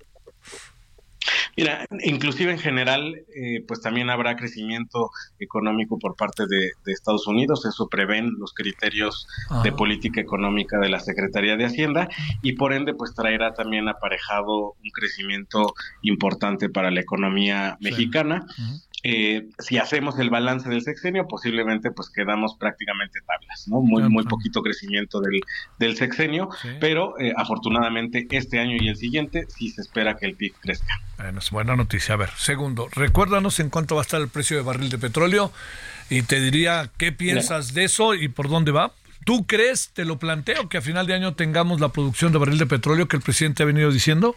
Mira, inclusive en general, eh, pues también habrá crecimiento económico por parte de, de Estados Unidos. Eso prevén los criterios Ajá. de política económica de la Secretaría de Hacienda, y por ende pues traerá también aparejado un crecimiento importante para la economía sí. mexicana. Uh-huh. Eh, si hacemos el balance del sexenio, posiblemente pues quedamos prácticamente tablas, ¿no? Muy, muy poquito crecimiento del, del sexenio, sí. pero eh, afortunadamente este año y el siguiente sí se espera que el P I B crezca. Bueno, es buena noticia. A ver, segundo, recuérdanos en cuánto va a estar el precio de barril de petróleo, y te diría qué piensas Mira. de eso y por dónde va. ¿Tú crees, te lo planteo, que a final de año tengamos la producción de barril de petróleo que el presidente ha venido diciendo?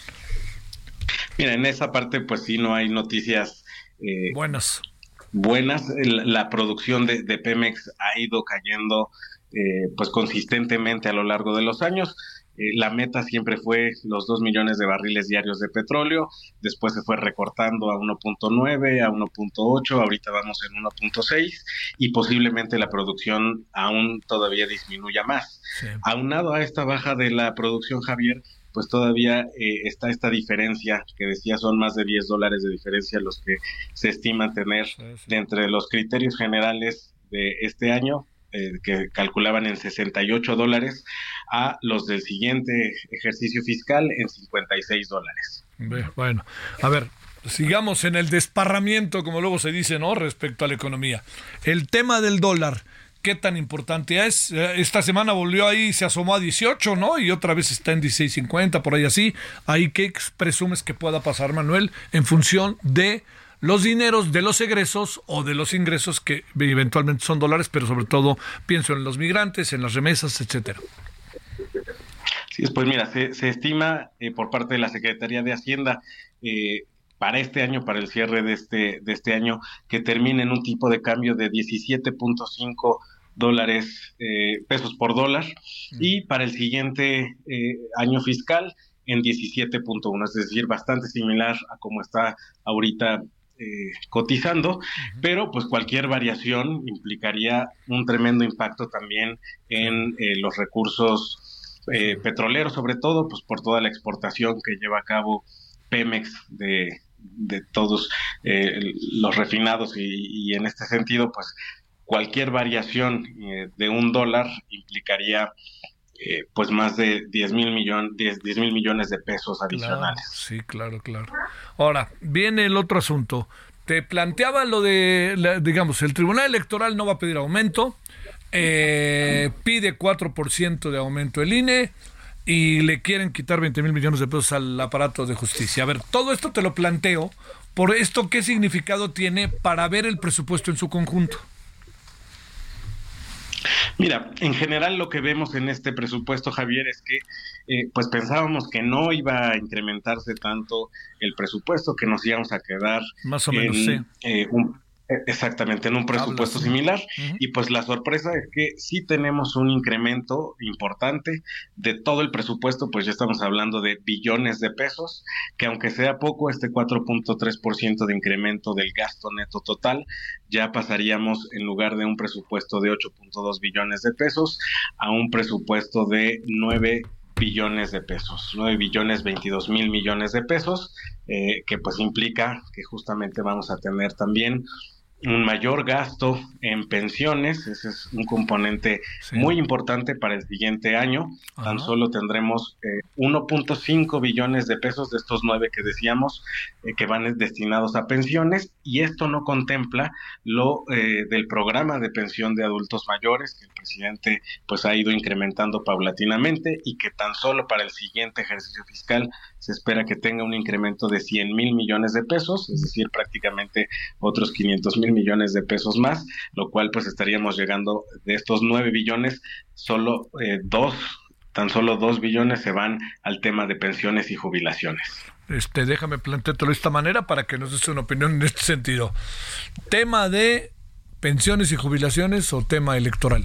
Mira, en esa parte pues sí no hay noticias Eh, buenas. Buenas. La, la producción de, de Pemex ha ido cayendo eh, pues consistentemente a lo largo de los años. Eh, la meta siempre fue los dos millones de barriles diarios de petróleo, después se fue recortando a uno punto nueve, a uno punto ocho, ahorita vamos en uno punto seis, y posiblemente la producción aún todavía disminuya más. Sí. Aunado a esta baja de la producción, Javier, pues todavía eh, está esta diferencia, que decía son más de diez dólares de diferencia los que se estima tener sí, sí. de entre los criterios generales de este año, eh, que calculaban en sesenta y ocho dólares, a los del siguiente ejercicio fiscal en cincuenta y seis dólares. Bueno, a ver, sigamos en el desparramiento, como luego se dice, ¿no?, respecto a la economía. El tema del dólar, ¿qué tan importante es? Esta semana volvió ahí, se asomó a dieciocho, ¿no? Y otra vez está en dieciséis cincuenta, por ahí así. ¿Ahí qué presumes que pueda pasar, Manuel, en función de los dineros, de los egresos o de los ingresos que eventualmente son dólares, pero sobre todo pienso en los migrantes, en las remesas, etcétera? Sí, pues mira, se, se estima eh, por parte de la Secretaría de Hacienda eh, para este año, para el cierre de este de este año, que termine en un tipo de cambio de diecisiete punto cinco dólares, eh, pesos por dólar, mm. y para el siguiente eh, año fiscal en diecisiete punto uno, es decir, bastante similar a como está ahorita eh, cotizando, uh-huh. pero pues cualquier variación implicaría un tremendo impacto también en eh, los recursos eh, petroleros, sobre todo pues por toda la exportación que lleva a cabo Pemex de de todos eh, los refinados, y, y en este sentido pues cualquier variación eh, de un dólar implicaría eh, pues más de diez mil millones diez mil millones de pesos adicionales. Claro, sí, claro, claro. Ahora viene el otro asunto. Te planteaba lo de, la, digamos, el Tribunal Electoral no va a pedir aumento, eh, pide cuatro por ciento de aumento el I N E y le quieren quitar veinte mil millones de pesos al aparato de justicia. A ver, todo esto te lo planteo por esto, ¿qué significado tiene para ver el presupuesto en su conjunto? Mira, en general lo que vemos en este presupuesto, Javier, es que eh, pues pensábamos que no iba a incrementarse tanto el presupuesto, que nos íbamos a quedar más o menos, en, sí. eh, un, exactamente en un presupuesto Hablas, similar. uh-huh. Y pues la sorpresa es que sí tenemos un incremento importante de todo el presupuesto, pues ya estamos hablando de billones de pesos, que aunque sea poco, este cuatro punto tres por ciento de incremento del gasto neto total, ya pasaríamos en lugar de un presupuesto de ocho punto dos billones de pesos a un presupuesto de nueve billones de pesos, nueve billones veintidós mil millones de pesos, eh, que pues implica que justamente vamos a tener también un mayor gasto en pensiones. Ese es un componente sí. muy importante para el siguiente año. Ajá. Tan solo tendremos eh, uno punto cinco billones de pesos de estos nueve que decíamos eh, que van destinados a pensiones, y esto no contempla lo eh, del programa de pensión de adultos mayores que el presidente pues ha ido incrementando paulatinamente y que tan solo para el siguiente ejercicio fiscal se espera que tenga un incremento de cien mil millones de pesos, es decir, prácticamente otros quinientos mil millones de pesos más, lo cual pues estaríamos llegando de estos nueve billones, solo eh, dos, tan solo dos billones se van al tema de pensiones y jubilaciones. Este, déjame planteártelo de esta manera para que nos des una opinión en este sentido. ¿Tema de pensiones y jubilaciones o tema electoral?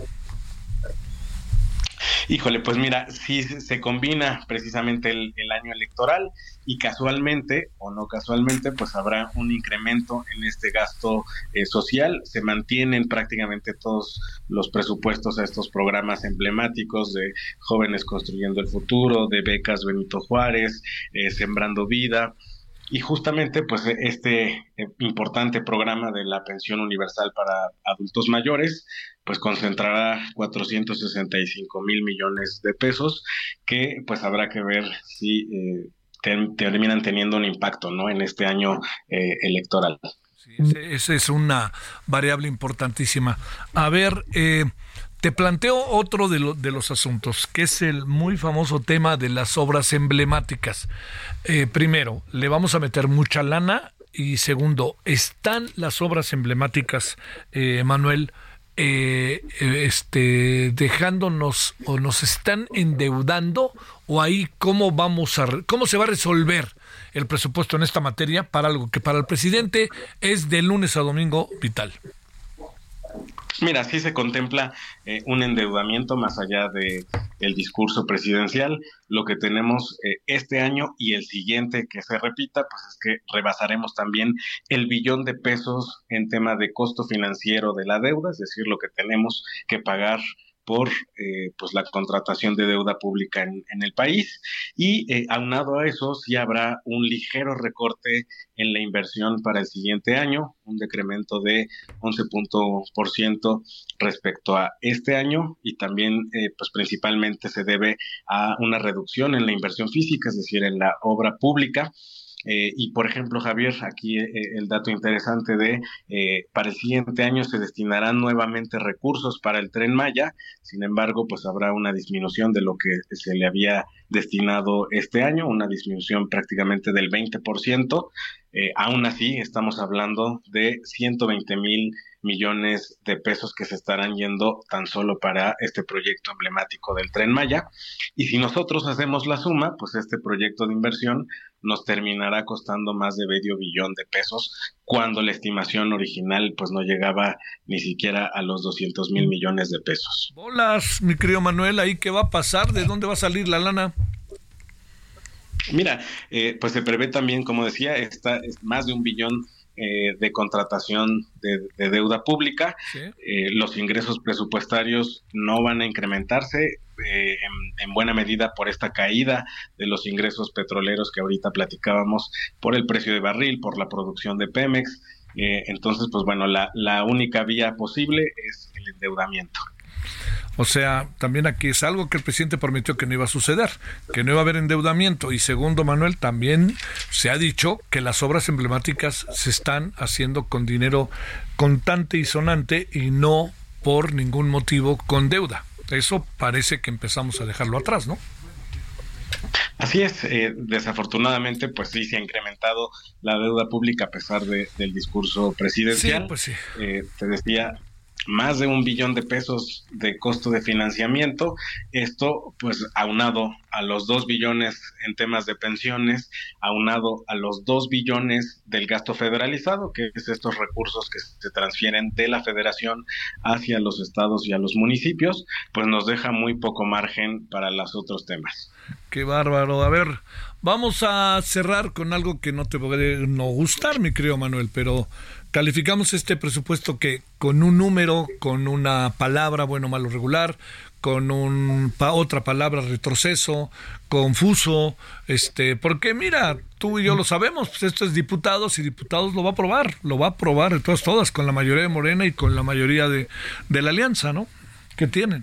Híjole, pues mira, sí se combina precisamente el, el año electoral y casualmente o no casualmente pues habrá un incremento en este gasto eh, social. Se mantienen prácticamente todos los presupuestos a estos programas emblemáticos de Jóvenes Construyendo el Futuro, de Becas Benito Juárez, eh, Sembrando Vida. Y justamente pues este eh, importante programa de la pensión universal para adultos mayores pues concentrará cuatrocientos sesenta y cinco mil millones de pesos, que pues habrá que ver si eh, te, terminan teniendo un impacto, ¿no?, en este año eh, electoral. Sí, esa es una variable importantísima. A ver, eh, te planteo otro de, lo, de los asuntos, que es el muy famoso tema de las obras emblemáticas. Eh, primero, le vamos a meter mucha lana, y segundo, ¿están las obras emblemáticas, eh, Manuel, eh, este, dejándonos o nos están endeudando, o ahí cómo vamos a cómo se va a resolver el presupuesto en esta materia para algo que para el presidente es de lunes a domingo vital? Mira, sí se contempla eh, un endeudamiento más allá de el discurso presidencial. Lo que tenemos eh, este año y el siguiente que se repita, pues es que rebasaremos también el billón de pesos en tema de costo financiero de la deuda, es decir, lo que tenemos que pagar por eh, pues la contratación de deuda pública en, en el país, y eh, aunado a eso sí habrá un ligero recorte en la inversión para el siguiente año, un decremento de once por ciento respecto a este año, y también eh, pues principalmente se debe a una reducción en la inversión física, es decir, en la obra pública. Eh, y por ejemplo, Javier, aquí eh, el dato interesante de eh, para el siguiente año se destinarán nuevamente recursos para el Tren Maya. Sin embargo, pues habrá una disminución de lo que se le había destinado este año, una disminución prácticamente del veinte por ciento. Eh, aún así, estamos hablando de ciento veinte mil millones de pesos que se estarán yendo tan solo para este proyecto emblemático del Tren Maya. Y si nosotros hacemos la suma, pues este proyecto de inversión nos terminará costando más de medio billón de pesos, cuando la estimación original pues no llegaba ni siquiera a los doscientos mil millones de pesos. Bolas, mi querido Manuel, ¿ahí qué va a pasar? ¿De dónde va a salir la lana? Mira, eh, pues se prevé también, como decía, esta es más de un billón eh, de contratación de, de deuda pública. ¿Sí? Eh, los ingresos presupuestarios no van a incrementarse eh, en, en buena medida por esta caída de los ingresos petroleros que ahorita platicábamos, por el precio de barril, por la producción de Pemex. Eh, entonces, pues bueno, la, la única vía posible es el endeudamiento. O sea, también aquí es algo que el presidente prometió que no iba a suceder, que no iba a haber endeudamiento. Y segundo, Manuel, también se ha dicho que las obras emblemáticas se están haciendo con dinero contante y sonante y no por ningún motivo con deuda. Eso parece que empezamos a dejarlo atrás, ¿no? Así es, eh, desafortunadamente pues sí se ha incrementado la deuda pública a pesar de, del discurso presidencial. Sí, pues sí. Eh, te decía, más de un billón de pesos de costo de financiamiento, esto pues aunado a los dos billones en temas de pensiones, aunado a los dos billones del gasto federalizado, que es estos recursos que se transfieren de la federación hacia los estados y a los municipios, pues nos deja muy poco margen para los otros temas. Qué bárbaro. A ver, vamos a cerrar con algo que no te puede no gustar, mi querido Manuel, pero calificamos este presupuesto que con un número, con una palabra, bueno, malo, regular, con un pa, otra palabra, retroceso, confuso, este, porque mira, tú y yo lo sabemos, pues esto es diputados y diputados lo va a aprobar, lo va a aprobar de todas, todas, con la mayoría de Morena y con la mayoría de, de la alianza, ¿no? ¿Qué tienen?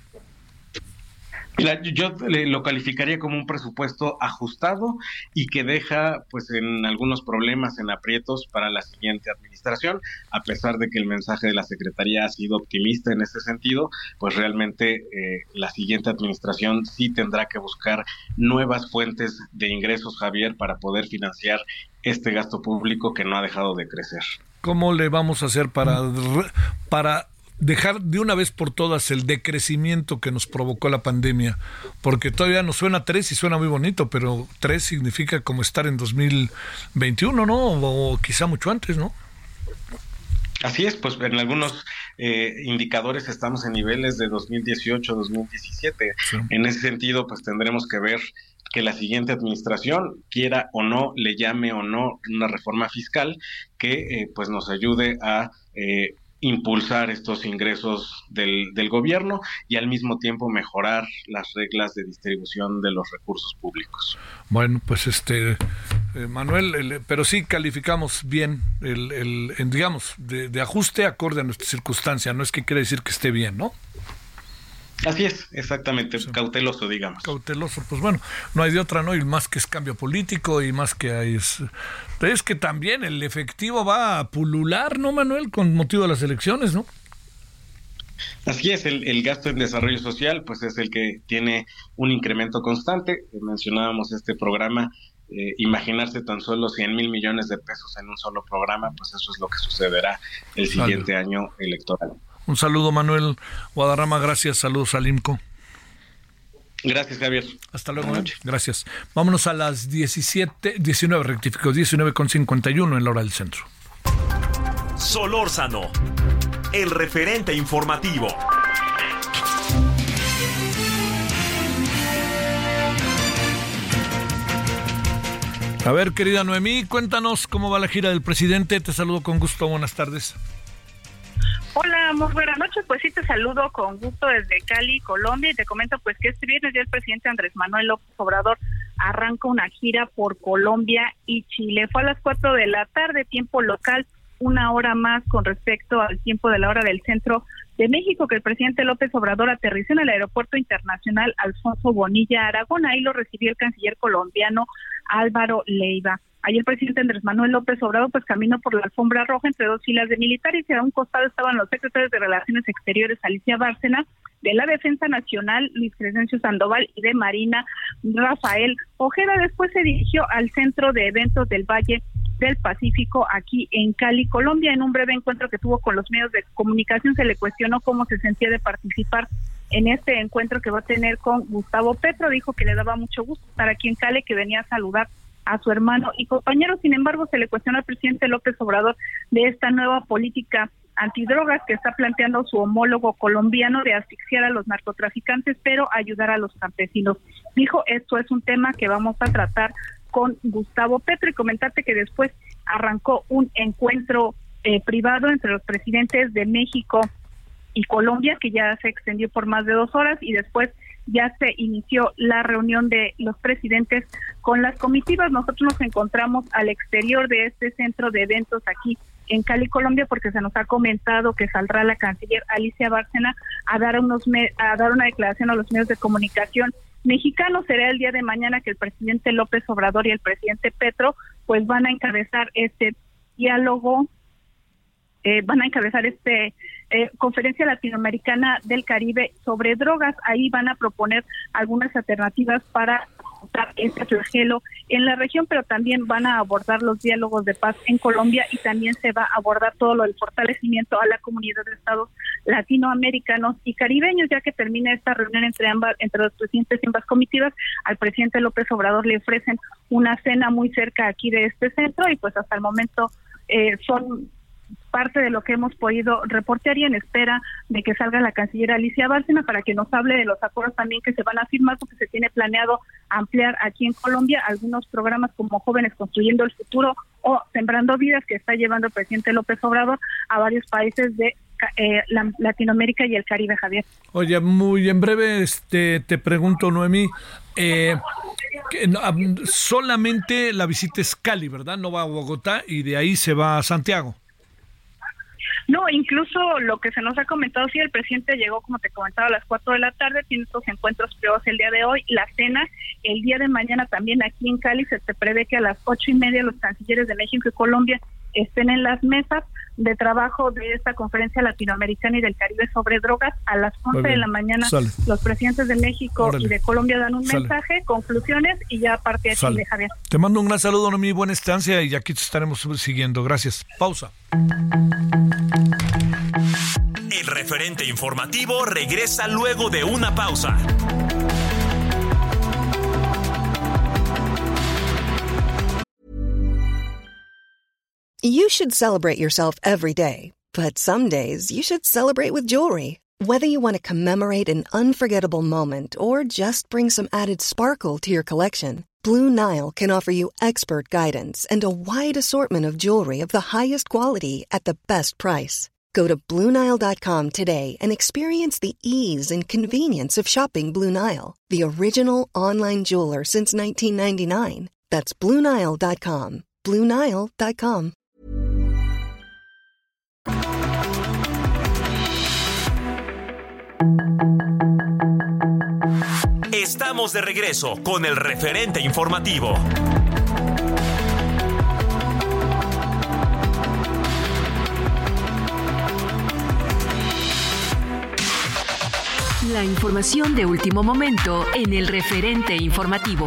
Mira, yo lo calificaría como un presupuesto ajustado y que deja pues en algunos problemas, en aprietos para la siguiente administración, a pesar de que el mensaje de la Secretaría ha sido optimista en ese sentido, pues realmente eh, la siguiente administración sí tendrá que buscar nuevas fuentes de ingresos, Javier, para poder financiar este gasto público que no ha dejado de crecer. ¿Cómo le vamos a hacer para para dejar de una vez por todas el decrecimiento que nos provocó la pandemia? Porque todavía nos suena tres y suena muy bonito, pero tres significa como estar en dos mil veintiuno, ¿no? O quizá mucho antes, ¿no? Así es, pues en algunos eh, indicadores estamos en niveles de dos mil dieciocho, dos mil diecisiete. Sí. En ese sentido, pues tendremos que ver que la siguiente administración, quiera o no, le llame o no una reforma fiscal que eh, pues nos ayude a eh, impulsar estos ingresos del, del gobierno y al mismo tiempo mejorar las reglas de distribución de los recursos públicos. Bueno, pues este eh, Manuel, el, pero sí calificamos bien el, el, el digamos, de, de ajuste acorde a nuestra circunstancia, no es que quiere decir que esté bien, ¿no? Así es, exactamente, sí. Cauteloso, digamos. Cauteloso, pues bueno, no hay de otra, ¿no? Y más que es cambio político y más que hay... Es, es que también el efectivo va a pulular, ¿no, Manuel? Con motivo de las elecciones, ¿no? Así es, el, el gasto en desarrollo social, pues es el que tiene un incremento constante. Mencionábamos este programa, eh, imaginarse tan solo cien mil millones de pesos en un solo programa, pues eso es lo que sucederá el siguiente Salud. año electoral. Un saludo, Manuel Guadarrama, gracias, saludos al I M C O. Gracias, Javier. Hasta luego, ¿eh? Gracias. Vámonos a las diecisiete, diecinueve, rectifico, diecinueve con cincuenta y uno en la hora del centro. Solórzano, el referente informativo. A ver, querida Noemí, cuéntanos cómo va la gira del presidente. Te saludo con gusto, buenas tardes. Hola, muy buenas noches. Pues sí, te saludo con gusto desde Cali, Colombia, y te comento pues que este viernes ya el presidente Andrés Manuel López Obrador arranca una gira por Colombia y Chile. Fue a las cuatro de la tarde, tiempo local, una hora más con respecto al tiempo de la hora del centro de México, que el presidente López Obrador aterrizó en el Aeropuerto Internacional Alfonso Bonilla Aragón. Ahí lo recibió el canciller colombiano Álvaro Leiva. Ayer el presidente Andrés Manuel López Obrador pues caminó por la alfombra roja entre dos filas de militares y a un costado estaban los secretarios de Relaciones Exteriores Alicia Bárcena, de la Defensa Nacional Luis Crescencio Sandoval y de Marina Rafael Ojeda. Después se dirigió al Centro de Eventos del Valle del Pacífico aquí en Cali, Colombia. En un breve encuentro que tuvo con los medios de comunicación se le cuestionó cómo se sentía de participar en este encuentro que va a tener con Gustavo Petro. Dijo que le daba mucho gusto estar aquí en Cali, que venía a saludar a su hermano y compañero. Sin embargo, se le cuestionó al presidente López Obrador de esta nueva política antidrogas que está planteando su homólogo colombiano de asfixiar a los narcotraficantes, pero ayudar a los campesinos. Dijo, esto es un tema que vamos a tratar con Gustavo Petro, y comentarte que después arrancó un encuentro eh, privado entre los presidentes de México y Colombia, que ya se extendió por más de dos horas, y después ya se inició la reunión de los presidentes con las comitivas. Nosotros nos encontramos al exterior de este centro de eventos aquí en Cali, Colombia, porque se nos ha comentado que saldrá la canciller Alicia Bárcena a dar unos me- a dar una declaración a los medios de comunicación mexicanos. Será el día de mañana que el presidente López Obrador y el presidente Petro pues van a encabezar este diálogo eh, van a encabezar este eh, conferencia latinoamericana del Caribe sobre drogas. Ahí van a proponer algunas alternativas para este flagelo en la región, pero también van a abordar los diálogos de paz en Colombia y también se va a abordar todo lo del fortalecimiento a la comunidad de estados latinoamericanos y caribeños. Ya que termina esta reunión entre ambas, entre los presidentes de ambas comitivas, al presidente López Obrador le ofrecen una cena muy cerca aquí de este centro y pues hasta el momento eh, son parte de lo que hemos podido reportear y en espera de que salga la canciller Alicia Bárcena para que nos hable de los acuerdos también que se van a firmar, porque se tiene planeado ampliar aquí en Colombia algunos programas como Jóvenes Construyendo el Futuro o Sembrando Vidas, que está llevando el presidente López Obrador a varios países de eh, la, Latinoamérica y el Caribe, Javier. Oye, muy en breve este te pregunto, Noemí, eh, que, no, solamente la visita es Cali, ¿verdad? No va a Bogotá y de ahí se va a Santiago. No, incluso lo que se nos ha comentado, sí, el presidente llegó, como te comentaba, a las cuatro de la tarde, tiene estos encuentros privados el día de hoy, la cena el día de mañana también aquí en Cali. Se te prevé que a las ocho y media los cancilleres de México y Colombia estén en las mesas de trabajo de esta conferencia latinoamericana y del Caribe sobre drogas. A las once de la mañana Sale. los presidentes de México Órale. y de Colombia dan un Sale. mensaje, conclusiones y ya parte de Chile, Javier. Te mando un gran saludo, Noemí, buena estancia y aquí te estaremos siguiendo. Gracias. Pausa. El referente informativo regresa luego de una pausa. You should celebrate yourself every day, but some days you should celebrate with jewelry. Whether you want to commemorate an unforgettable moment or just bring some added sparkle to your collection, Blue Nile can offer you expert guidance and a wide assortment of jewelry of the highest quality at the best price. Go to Blue Nile dot com today and experience the ease and convenience of shopping Blue Nile, the original online jeweler since nineteen ninety-nine. That's Blue Nile dot com. Blue Nile dot com. Estamos de regreso con el referente informativo. La información de último momento en el referente informativo.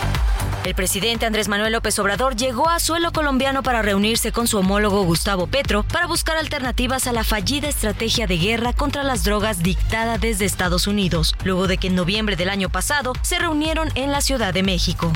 El presidente Andrés Manuel López Obrador llegó a suelo colombiano para reunirse con su homólogo Gustavo Petro para buscar alternativas a la fallida estrategia de guerra contra las drogas dictada desde Estados Unidos, luego de que en noviembre del año pasado se reunieron en la Ciudad de México.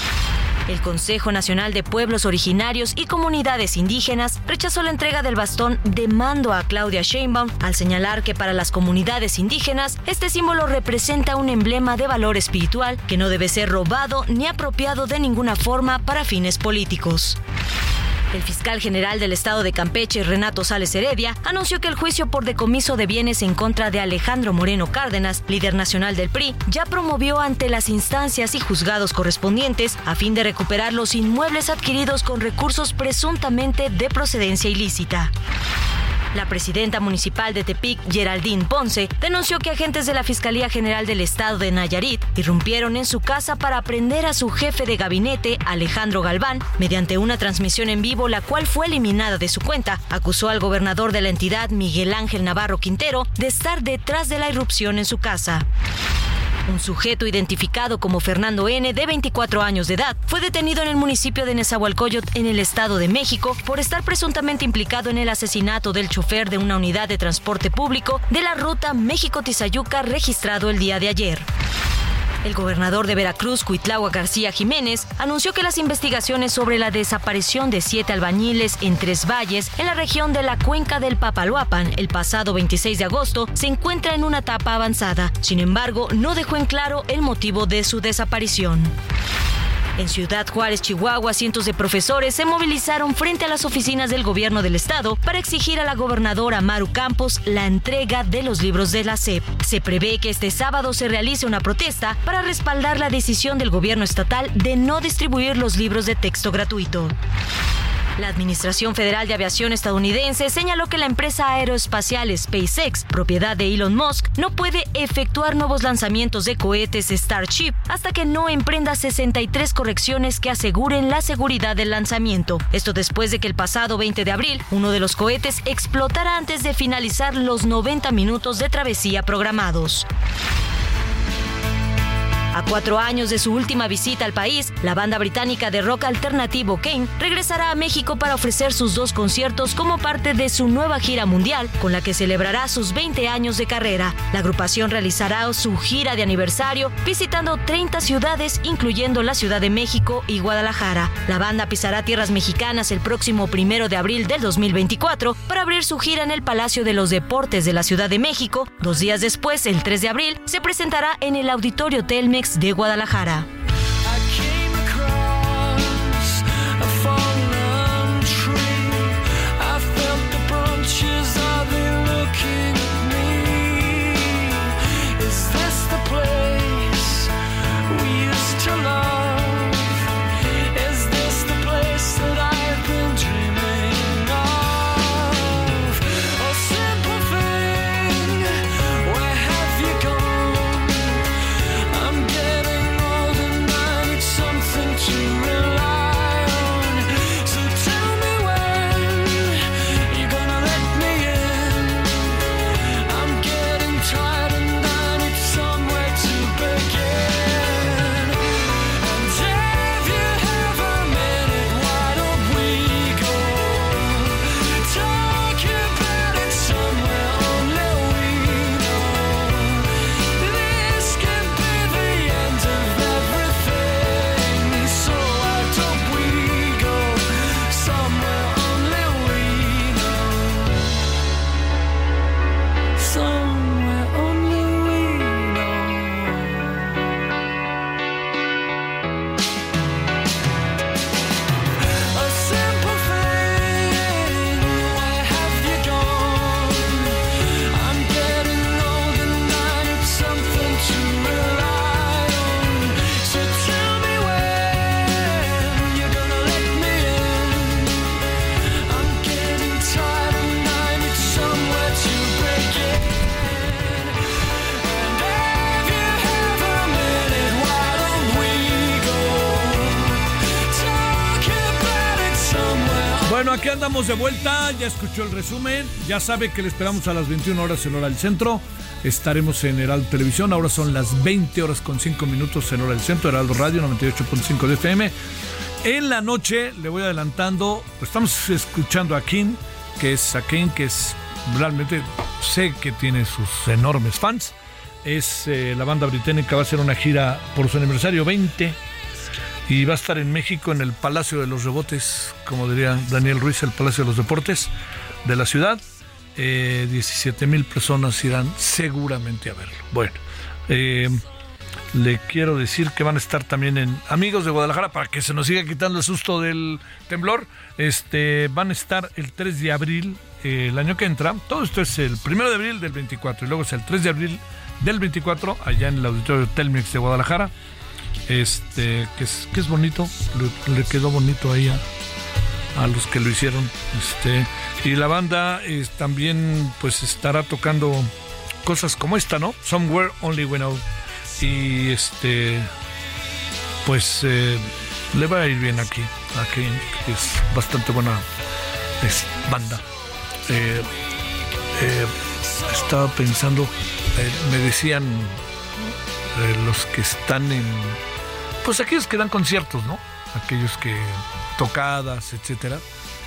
El Consejo Nacional de Pueblos Originarios y Comunidades Indígenas rechazó la entrega del bastón de mando a Claudia Sheinbaum al señalar que para las comunidades indígenas este símbolo representa un emblema de valor espiritual que no debe ser robado ni apropiado de ninguna forma para fines políticos. El fiscal general del estado de Campeche, Renato Sales Heredia, anunció que el juicio por decomiso de bienes en contra de Alejandro Moreno Cárdenas, líder nacional del P R I, ya promovió ante las instancias y juzgados correspondientes a fin de recuperar los inmuebles adquiridos con recursos presuntamente de procedencia ilícita. La presidenta municipal de Tepic, Geraldine Ponce, denunció que agentes de la Fiscalía General del Estado de Nayarit irrumpieron en su casa para aprender a su jefe de gabinete, Alejandro Galván, mediante una transmisión en vivo, la cual fue eliminada de su cuenta. Acusó al gobernador de la entidad, Miguel Ángel Navarro Quintero, de estar detrás de la irrupción en su casa. Un sujeto identificado como Fernando N., de veinticuatro años de edad, fue detenido en el municipio de Nezahualcóyotl, en el Estado de México, por estar presuntamente implicado en el asesinato del chofer de una unidad de transporte público de la ruta México-Tizayuca, registrado el día de ayer. El gobernador de Veracruz, Cuitláhuac García Jiménez, anunció que las investigaciones sobre la desaparición de siete albañiles en Tres Valles, en la región de la Cuenca del Papaloapan, el pasado veintiséis de agosto, se encuentra en una etapa avanzada. Sin embargo, no dejó en claro el motivo de su desaparición. En Ciudad Juárez, Chihuahua, cientos de profesores se movilizaron frente a las oficinas del gobierno del estado para exigir a la gobernadora Maru Campos la entrega de los libros de la S E P. Se prevé que este sábado se realice una protesta para respaldar la decisión del gobierno estatal de no distribuir los libros de texto gratuito. La Administración Federal de Aviación estadounidense señaló que la empresa aeroespacial SpaceX, propiedad de Elon Musk, no puede efectuar nuevos lanzamientos de cohetes Starship hasta que no emprenda sesenta y tres correcciones que aseguren la seguridad del lanzamiento. Esto después de que el pasado veinte de abril, uno de los cohetes explotara antes de finalizar los noventa minutos de travesía programados. A cuatro años de su última visita al país, la banda británica de rock alternativo Keane regresará a México para ofrecer sus dos conciertos como parte de su nueva gira mundial, con la que celebrará sus veinte años de carrera. La agrupación realizará su gira de aniversario visitando treinta ciudades, incluyendo la Ciudad de México y Guadalajara. La banda pisará tierras mexicanas el próximo primero de abril del dos mil veinticuatro para abrir su gira en el Palacio de los Deportes de la Ciudad de México. Dos días después, el tres de abril, se presentará en el Auditorio Telmex de Guadalajara. Bueno, aquí andamos de vuelta, ya escuchó el resumen, ya sabe que le esperamos a las veintiuna horas en hora del centro, estaremos en Heraldo Televisión, ahora son las veinte horas con cinco minutos en hora del centro, Heraldo Radio noventa y ocho punto cinco de F M. En la noche, le voy adelantando, pues estamos escuchando a King, que es a King, que es realmente, sé que tiene sus enormes fans, es eh, la banda británica, va a hacer una gira por su aniversario veinte, y va a estar en México en el Palacio de los Rebotes, como diría Daniel Ruiz, el Palacio de los Deportes de la ciudad. Eh, diecisiete mil personas irán seguramente a verlo. Bueno, eh, le quiero decir que van a estar también en Amigos de Guadalajara, para que se nos siga quitando el susto del temblor. Este, van a estar el tres de abril, eh, el año que entra. Todo esto es el primero de abril del veinticuatro y luego es el tres de abril del veinticuatro allá en el Auditorio Telmex de Guadalajara. Este, que es, que es bonito, le, le quedó bonito ahí a, a los que lo hicieron. Este, y la banda eh, también pues estará tocando cosas como esta, ¿no? Somewhere Only We Know. Y este, pues eh, le va a ir bien aquí, aquí es bastante buena es banda. Eh, eh, estaba pensando, eh, me decían eh, los que están en, pues aquellos que dan conciertos, ¿no? Aquellos que tocadas, etcétera.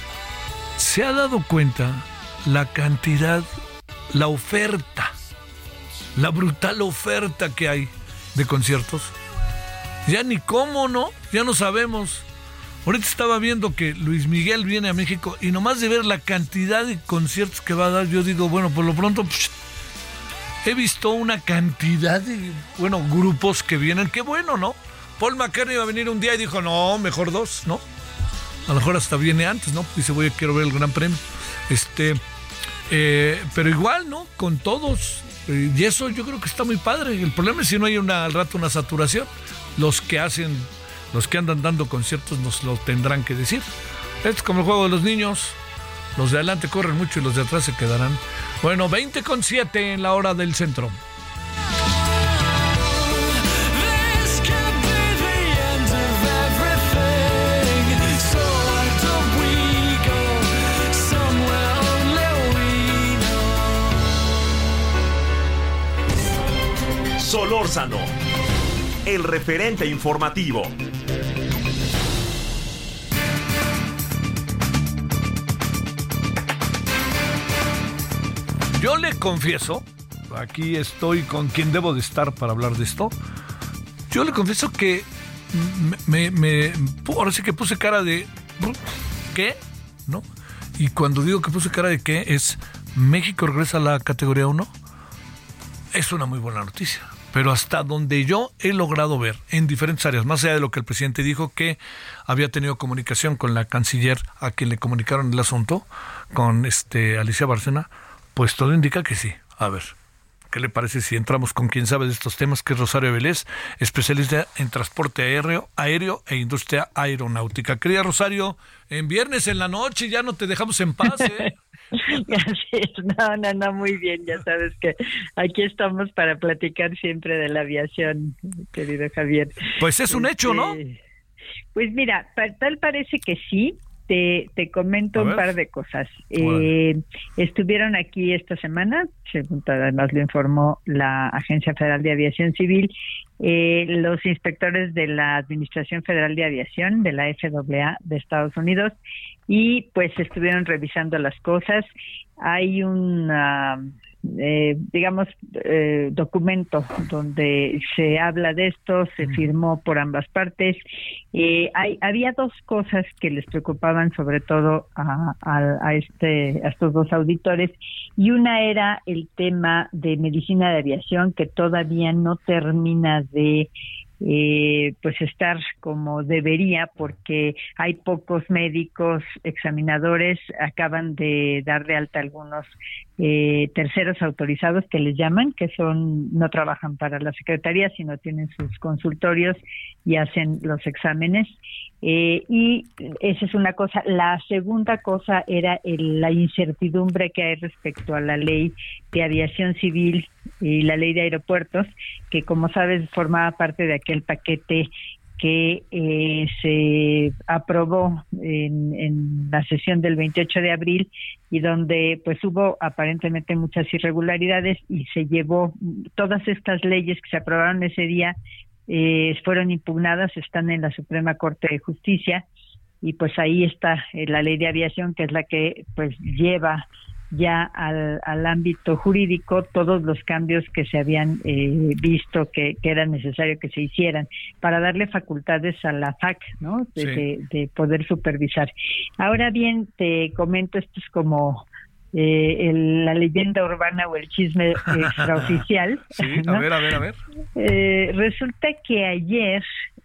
Se ha dado cuenta la cantidad, la oferta, la brutal oferta que hay de conciertos. Ya ni cómo, ¿no? Ya no sabemos. Ahorita estaba viendo que Luis Miguel viene a México y nomás de ver la cantidad de conciertos que va a dar, yo digo, bueno, por lo pronto psh, he visto una cantidad de, bueno, grupos que vienen, qué bueno, ¿no? Paul McCartney iba a venir un día y dijo, no, mejor dos, ¿no? A lo mejor hasta viene antes, ¿no? Dice, voy, quiero ver el Gran Premio. Este, eh, pero igual, ¿no? Con todos. Eh, y eso yo creo que está muy padre. El problema es si no hay una, al rato una saturación. Los que hacen, los que andan dando conciertos nos lo tendrán que decir. Es como el juego de los niños. Los de adelante corren mucho y los de atrás se quedarán. Bueno, veinte con siete en la hora del centro. Solórzano, el referente informativo. Yo le confieso, aquí estoy con quien debo de estar para hablar de esto. Yo le confieso que me, me, me ahora sí que puse cara de ¿qué? ¿No? Y cuando digo que puse cara de ¿qué? Es México regresa a la categoría uno. Es una muy buena noticia. Pero hasta donde yo he logrado ver en diferentes áreas, más allá de lo que el presidente dijo, que había tenido comunicación con la canciller a quien le comunicaron el asunto, con este Alicia Bárcena, pues todo indica que sí. A ver, ¿qué le parece si entramos con quien sabe de estos temas, que es Rosario Vélez, especialista en transporte aéreo, aéreo e industria aeronáutica? Querida Rosario, en viernes en la noche ya no te dejamos en paz, ¿eh? Así es, no, no, no, muy bien, ya sabes que aquí estamos para platicar siempre de la aviación, querido Javier. Pues es un este, hecho, ¿no? Pues mira, tal parece que sí. Te, te comento un par de cosas. Eh, estuvieron aquí esta semana, según además lo informó la Agencia Federal de Aviación Civil, eh, los inspectores de la Administración Federal de Aviación, de la F A A de Estados Unidos, y pues estuvieron revisando las cosas. Hay un, uh, eh, digamos, eh, documento donde se habla de esto, se firmó por ambas partes. Eh, hay, había dos cosas que les preocupaban sobre todo a, a, a, este, a estos dos auditores, y una era el tema de medicina de aviación, que todavía no termina de Eh, pues estar como debería, porque hay pocos médicos examinadores. Acaban de dar de alta algunos eh, terceros autorizados, que les llaman, que son no trabajan para la Secretaría, sino tienen sus consultorios y hacen los exámenes. Eh, y esa es una cosa. La segunda cosa era el, la incertidumbre que hay respecto a la ley de aviación civil y la ley de aeropuertos, que como sabes formaba parte de aquel paquete que eh, se aprobó en, en la sesión del veintiocho de abril, y donde pues hubo aparentemente muchas irregularidades, y se llevó todas estas leyes que se aprobaron ese día, eh, fueron impugnadas, están en la Suprema Corte de Justicia, y pues ahí está eh, la ley de aviación, que es la que pues lleva ya al, al ámbito jurídico todos los cambios que se habían eh, visto que, que era necesario que se hicieran para darle facultades a la F A C, ¿no? De, sí. de, de poder supervisar. Ahora bien, te comento, esto es como eh, el, la leyenda urbana o el chisme extraoficial. Sí, ¿no? a ver, a ver, a ver. Eh, resulta que ayer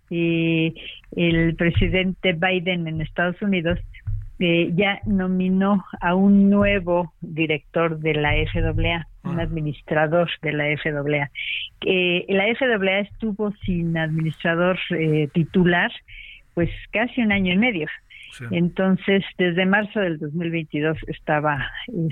eh, el presidente Biden en Estados Unidos Eh, ya nominó a un nuevo director de la F A A, un administrador de la F A A. Eh, la F A A estuvo sin administrador eh, titular pues casi un año y medio. Sí. Entonces, desde marzo del dos mil veintidós estaba,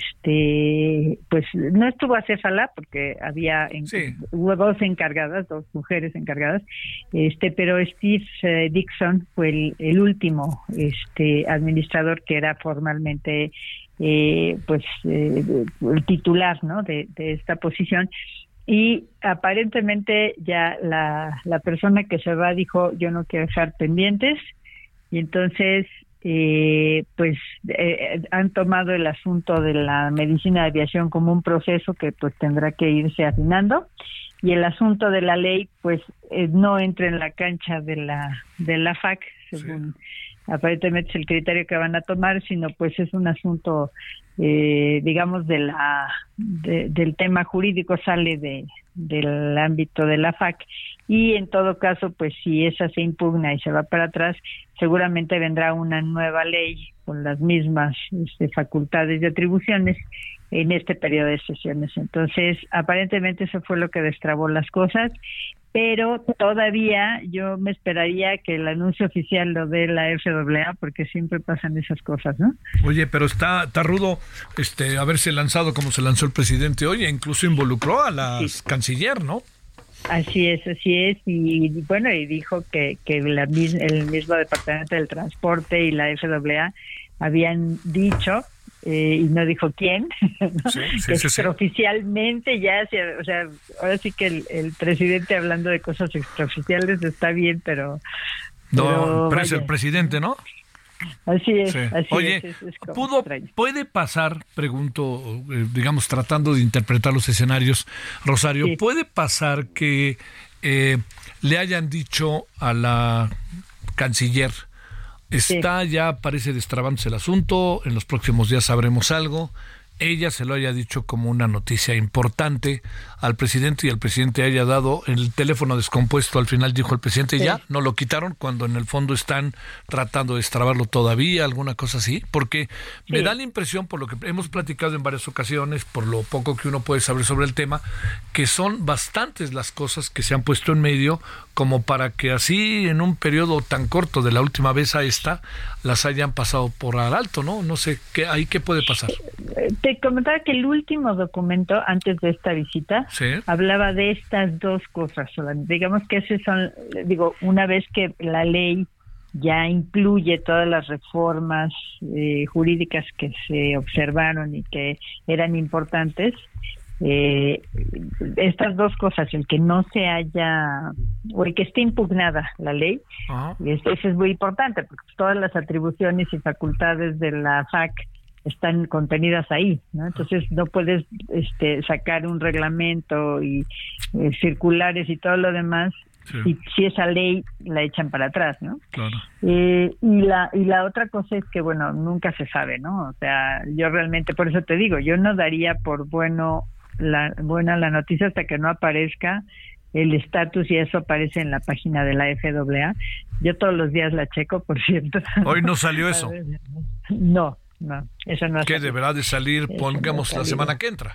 este, pues no estuvo acéfala porque había, en, sí. hubo dos encargadas, dos mujeres encargadas, este, pero Steve eh, Dixon fue el, el último, este, administrador que era formalmente, eh, pues, eh, el titular, ¿no? De, de esta posición. Y aparentemente ya la, la persona que se va dijo, yo no quiero dejar pendientes, y entonces eh, pues eh, han tomado el asunto de la medicina de aviación como un proceso que pues tendrá que irse afinando, y el asunto de la ley pues eh, no entra en la cancha de la de la F A C, según sí. aparentemente es el criterio que van a tomar, sino pues es un asunto eh, digamos de la de, del tema jurídico, sale de del ámbito de la F A C, y en todo caso pues si esa se impugna y se va para atrás, seguramente vendrá una nueva ley con las mismas este, facultades y atribuciones en este periodo de sesiones. Entonces, aparentemente eso fue lo que destrabó las cosas, pero todavía yo me esperaría que el anuncio oficial lo dé la F A A, porque siempre pasan esas cosas, ¿no? Oye, pero está, está rudo este haberse lanzado como se lanzó el presidente hoy, e incluso involucró a la sí. canciller, ¿no? Así es, así es, y bueno, y dijo que, que la, el mismo Departamento del Transporte y la F A A habían dicho, eh, y no dijo quién, ¿no? Sí, sí, sí, extraoficialmente sí. ya, o sea, ahora sí que el, el presidente hablando de cosas extraoficiales está bien, pero... No, pero, pero es el presidente, ¿no? Así es, sí. así Oye, es. es, es pudo, puede pasar, pregunto, eh, digamos, tratando de interpretar los escenarios, Rosario, sí. ¿puede pasar que eh, le hayan dicho a la canciller, está sí. ya parece destrabándose el asunto, en los próximos días sabremos algo, ella se lo haya dicho como una noticia importante al presidente y el presidente haya dado el teléfono descompuesto, al final dijo el presidente, sí. ya, no lo quitaron, cuando en el fondo están tratando de destrabarlo todavía, alguna cosa así? Porque sí. me da la impresión, por lo que hemos platicado en varias ocasiones, por lo poco que uno puede saber sobre el tema, que son bastantes las cosas que se han puesto en medio como para que así en un periodo tan corto de la última vez a esta, las hayan pasado por alto, ¿no? No sé, ¿qué, ahí qué puede pasar? Te comentaba que el último documento antes de esta visita ¿sí? hablaba de estas dos cosas solamente. Digamos que esos son, digo, una vez que la ley ya incluye todas las reformas eh, jurídicas que se observaron y que eran importantes, eh, estas dos cosas, el que no se haya, o el que esté impugnada la ley, uh-huh. eso es muy importante, porque todas las atribuciones y facultades de la F A C están contenidas ahí, ¿no? Entonces no puedes este, sacar un reglamento y eh, circulares y todo lo demás sí. si, si esa ley la echan para atrás, ¿no? Claro. Eh, y la y la otra cosa es que, bueno, nunca se sabe, ¿no? O sea, yo realmente, por eso te digo, yo no daría por bueno la buena la noticia hasta que no aparezca el estatus, y eso aparece en la página de la F A A. Yo todos los días la checo, por cierto. Hoy no salió eso. No. No, eso no. ¿Qué deberá de salir, pongamos, no la semana que entra?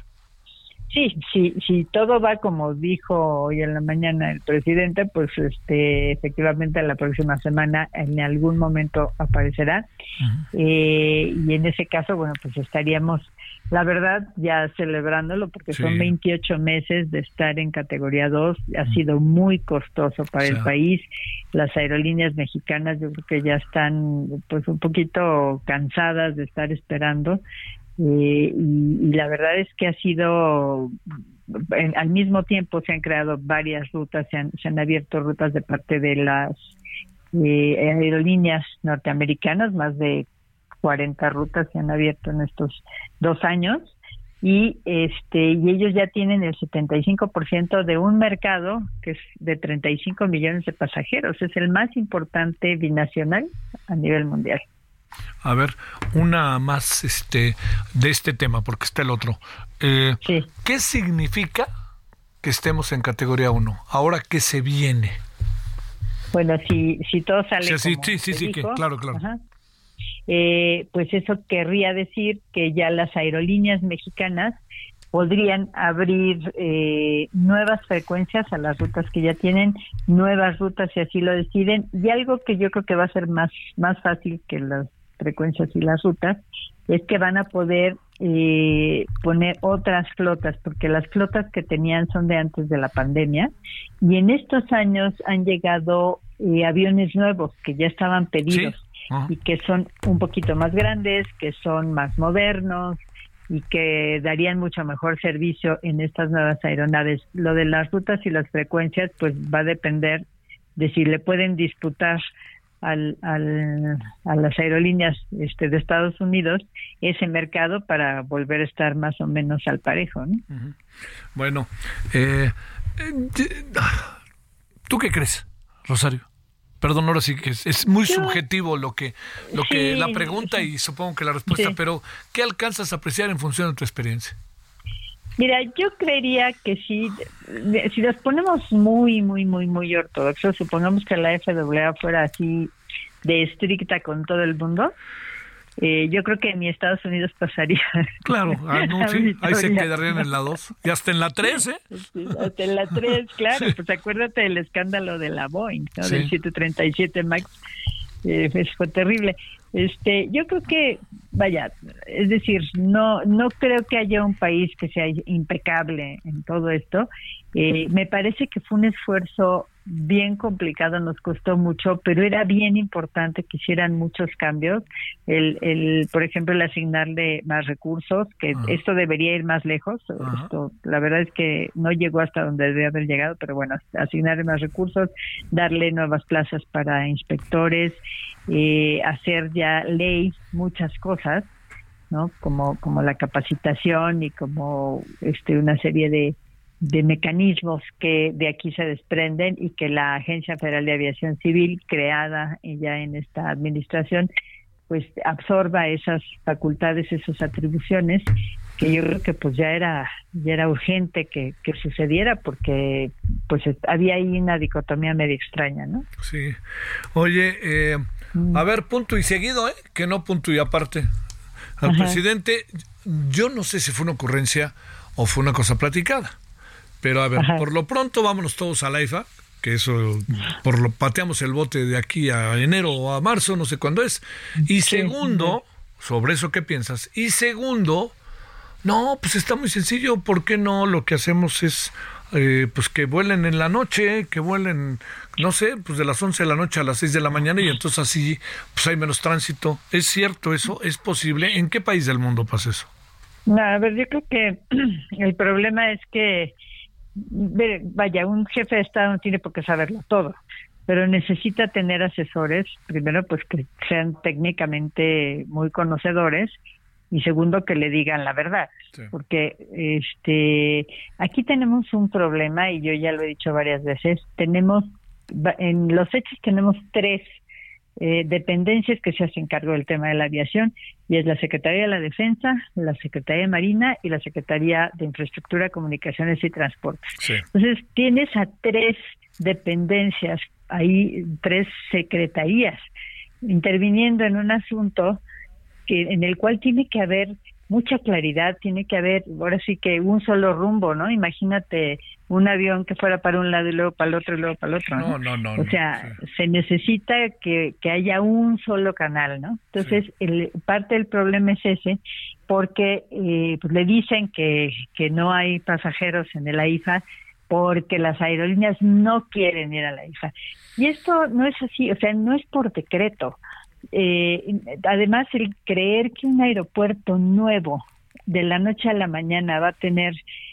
Sí, sí, si todo va como dijo hoy en la mañana el presidente, pues este, efectivamente la próxima semana en algún momento aparecerá. Uh-huh. eh, y en ese caso, bueno, pues estaríamos, la verdad, ya celebrándolo, porque sí. son veintiocho meses de estar en categoría dos, ha uh-huh. sido muy costoso para o sea. el país. Las aerolíneas mexicanas yo creo que ya están pues un poquito cansadas de estar esperando. Eh, y, y la verdad es que ha sido, en, al mismo tiempo se han creado varias rutas, se han, se han abierto rutas de parte de las eh, aerolíneas norteamericanas, más de cuarenta rutas se han abierto en estos dos años, y este y ellos ya tienen el setenta y cinco por ciento de un mercado que es de treinta y cinco millones de pasajeros, es el más importante binacional a nivel mundial. A ver, una más este de este tema, porque está el otro. Eh, sí. ¿Qué significa que estemos en categoría uno? Ahora, ¿qué se viene? Bueno, si si todo sale sí, sí, como sí, sí, sí, dijo, que, claro, claro. Ajá, eh, pues eso querría decir que ya las aerolíneas mexicanas podrían abrir eh, nuevas frecuencias a las rutas que ya tienen, nuevas rutas si así lo deciden, y algo que yo creo que va a ser más, más fácil que las frecuencias y las rutas, es que van a poder eh, poner otras flotas, porque las flotas que tenían son de antes de la pandemia, y en estos años han llegado eh, aviones nuevos que ya estaban pedidos, ¿sí? Uh-huh. Y que son un poquito más grandes, que son más modernos, y que darían mucho mejor servicio en estas nuevas aeronaves. Lo de las rutas y las frecuencias pues va a depender de si le pueden disputar al, al, a las aerolíneas este, de Estados Unidos ese mercado para volver a estar más o menos al parejo, ¿no? Uh-huh. Bueno, eh, eh, ¿tú qué crees, Rosario? Perdón, ahora sí que es, es muy yo, subjetivo lo que lo sí, que la pregunta sí. y supongo que la respuesta, sí. pero ¿qué alcanzas a apreciar en función de tu experiencia? Mira, yo creería que si, si nos ponemos muy, muy, muy, muy ortodoxos, supongamos que la F A A fuera así de estricta con todo el mundo, Eh, yo creo que en Estados Unidos pasaría. Claro, ah, no, sí, ahí se quedarían en la dos y hasta en la tres, ¿eh? Sí, hasta en la tres, claro, sí. Pues acuérdate del escándalo de la Boeing, ¿no? Sí. Del siete treinta y siete MAX, eh, pues fue terrible. Este, yo creo que, vaya, es decir, no no creo que haya un país que sea impecable en todo esto. Eh, me parece que fue un esfuerzo bien complicado, nos costó mucho, pero era bien importante que hicieran muchos cambios. El, el por ejemplo, el asignarle más recursos, que uh-huh. esto debería ir más lejos. Uh-huh. Esto, la verdad es que no llegó hasta donde debía haber llegado, pero bueno, asignarle más recursos, darle nuevas plazas para inspectores, eh, hacer ya ley, muchas cosas, ¿no? Como como la capacitación y como este una serie de de mecanismos que de aquí se desprenden y que la Agencia Federal de Aviación Civil, creada ya en esta administración, pues absorba esas facultades, esas atribuciones, que yo creo que pues ya era ya era urgente que, que sucediera, porque pues había ahí una dicotomía medio extraña, ¿no? Sí. Oye, eh, mm. a ver, punto y seguido, ¿eh? Que no punto y aparte. Al Ajá. presidente, yo no sé si fue una ocurrencia o fue una cosa platicada. Pero a ver, Ajá. por lo pronto vámonos todos a la AIFA, que eso, por lo pateamos el bote de aquí a enero o a marzo, no sé cuándo es. Y sí, segundo, sí. sobre eso, ¿qué piensas? Y segundo, no, pues está muy sencillo, ¿por qué no? Lo que hacemos es, eh, pues que vuelen en la noche, que vuelen, no sé, pues de las once de la noche a las seis de la mañana y entonces así, pues hay menos tránsito. ¿Es cierto eso? ¿Es posible? ¿En qué país del mundo pasa eso? No, a ver, yo creo que el problema es que vaya, un jefe de Estado no tiene por qué saberlo todo, pero necesita tener asesores, primero pues que sean técnicamente muy conocedores y segundo que le digan la verdad, sí. porque este aquí tenemos un problema y yo ya lo he dicho varias veces, tenemos en los hechos tenemos tres Eh, dependencias que se hacen cargo del tema de la aviación, y es la Secretaría de la Defensa, la Secretaría de Marina y la Secretaría de Infraestructura, Comunicaciones y Transportes. Sí. Entonces tienes a tres dependencias, ahí tres secretarías interviniendo en un asunto que en el cual tiene que haber mucha claridad, tiene que haber, ahora sí que un solo rumbo, ¿no? Imagínate un avión que fuera para un lado y luego para el otro y luego para el otro, ¿no? No, no, no. O sea, sí. se necesita que, que haya un solo canal, ¿no? Entonces, sí. el, parte del problema es ese, porque eh, pues le dicen que, que no hay pasajeros en el AIFA porque las aerolíneas no quieren ir a la AIFA. Y esto no es así, o sea, no es por decreto. Eh, además, el creer que un aeropuerto nuevo de la noche a la mañana va a tener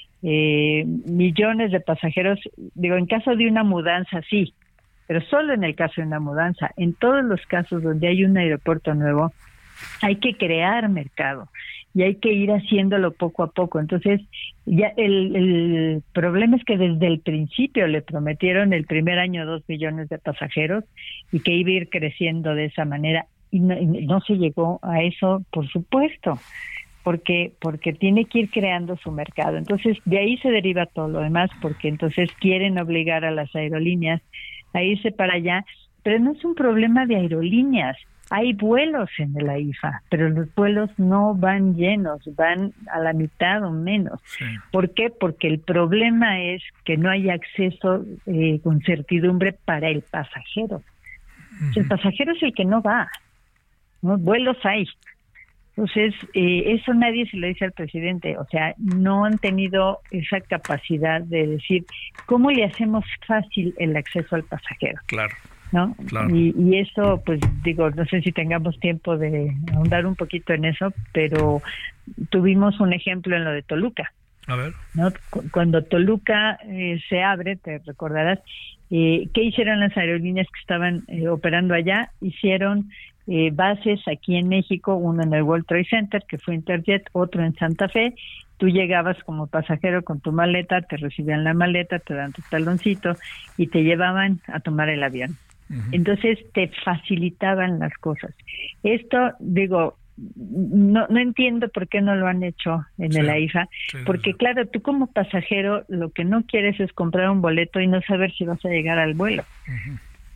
eh, millones de pasajeros, digo, en caso de una mudanza sí, pero solo en el caso de una mudanza. En todos los casos donde hay un aeropuerto nuevo hay que crear mercado y hay que ir haciéndolo poco a poco. Entonces, ya el, el problema es que desde el principio le prometieron el primer año dos millones de pasajeros y que iba a ir creciendo de esa manera, y no, y no se llegó a eso, por supuesto, porque porque tiene que ir creando su mercado. Entonces, de ahí se deriva todo lo demás, porque entonces quieren obligar a las aerolíneas a irse para allá, pero no es un problema de aerolíneas. Hay vuelos en el AIFA, pero los vuelos no van llenos, van a la mitad o menos. Sí. ¿Por qué? Porque el problema es que no hay acceso eh, con certidumbre para el pasajero. Uh-huh. El pasajero es el que no va, ¿no? Vuelos hay. Entonces, eh, eso nadie se lo dice al presidente. O sea, no han tenido esa capacidad de decir, ¿cómo le hacemos fácil el acceso al pasajero? Claro. ¿No? Claro. Y, y eso, pues digo, no sé si tengamos tiempo de ahondar un poquito en eso, pero tuvimos un ejemplo en lo de Toluca. A ver. ¿No? Cuando Toluca eh, se abre, te recordarás, eh, ¿qué hicieron las aerolíneas que estaban eh, operando allá? Hicieron eh, bases aquí en México, uno en el World Trade Center, que fue Interjet, otro en Santa Fe. Tú llegabas como pasajero con tu maleta, te recibían la maleta, te dan tu taloncito y te llevaban a tomar el avión. Entonces te facilitaban las cosas. Esto, digo, no no entiendo por qué no lo han hecho en sí, el AIFA, sí, porque sí. claro, tú como pasajero lo que no quieres es comprar un boleto y no saber si vas a llegar al vuelo. Uh-huh.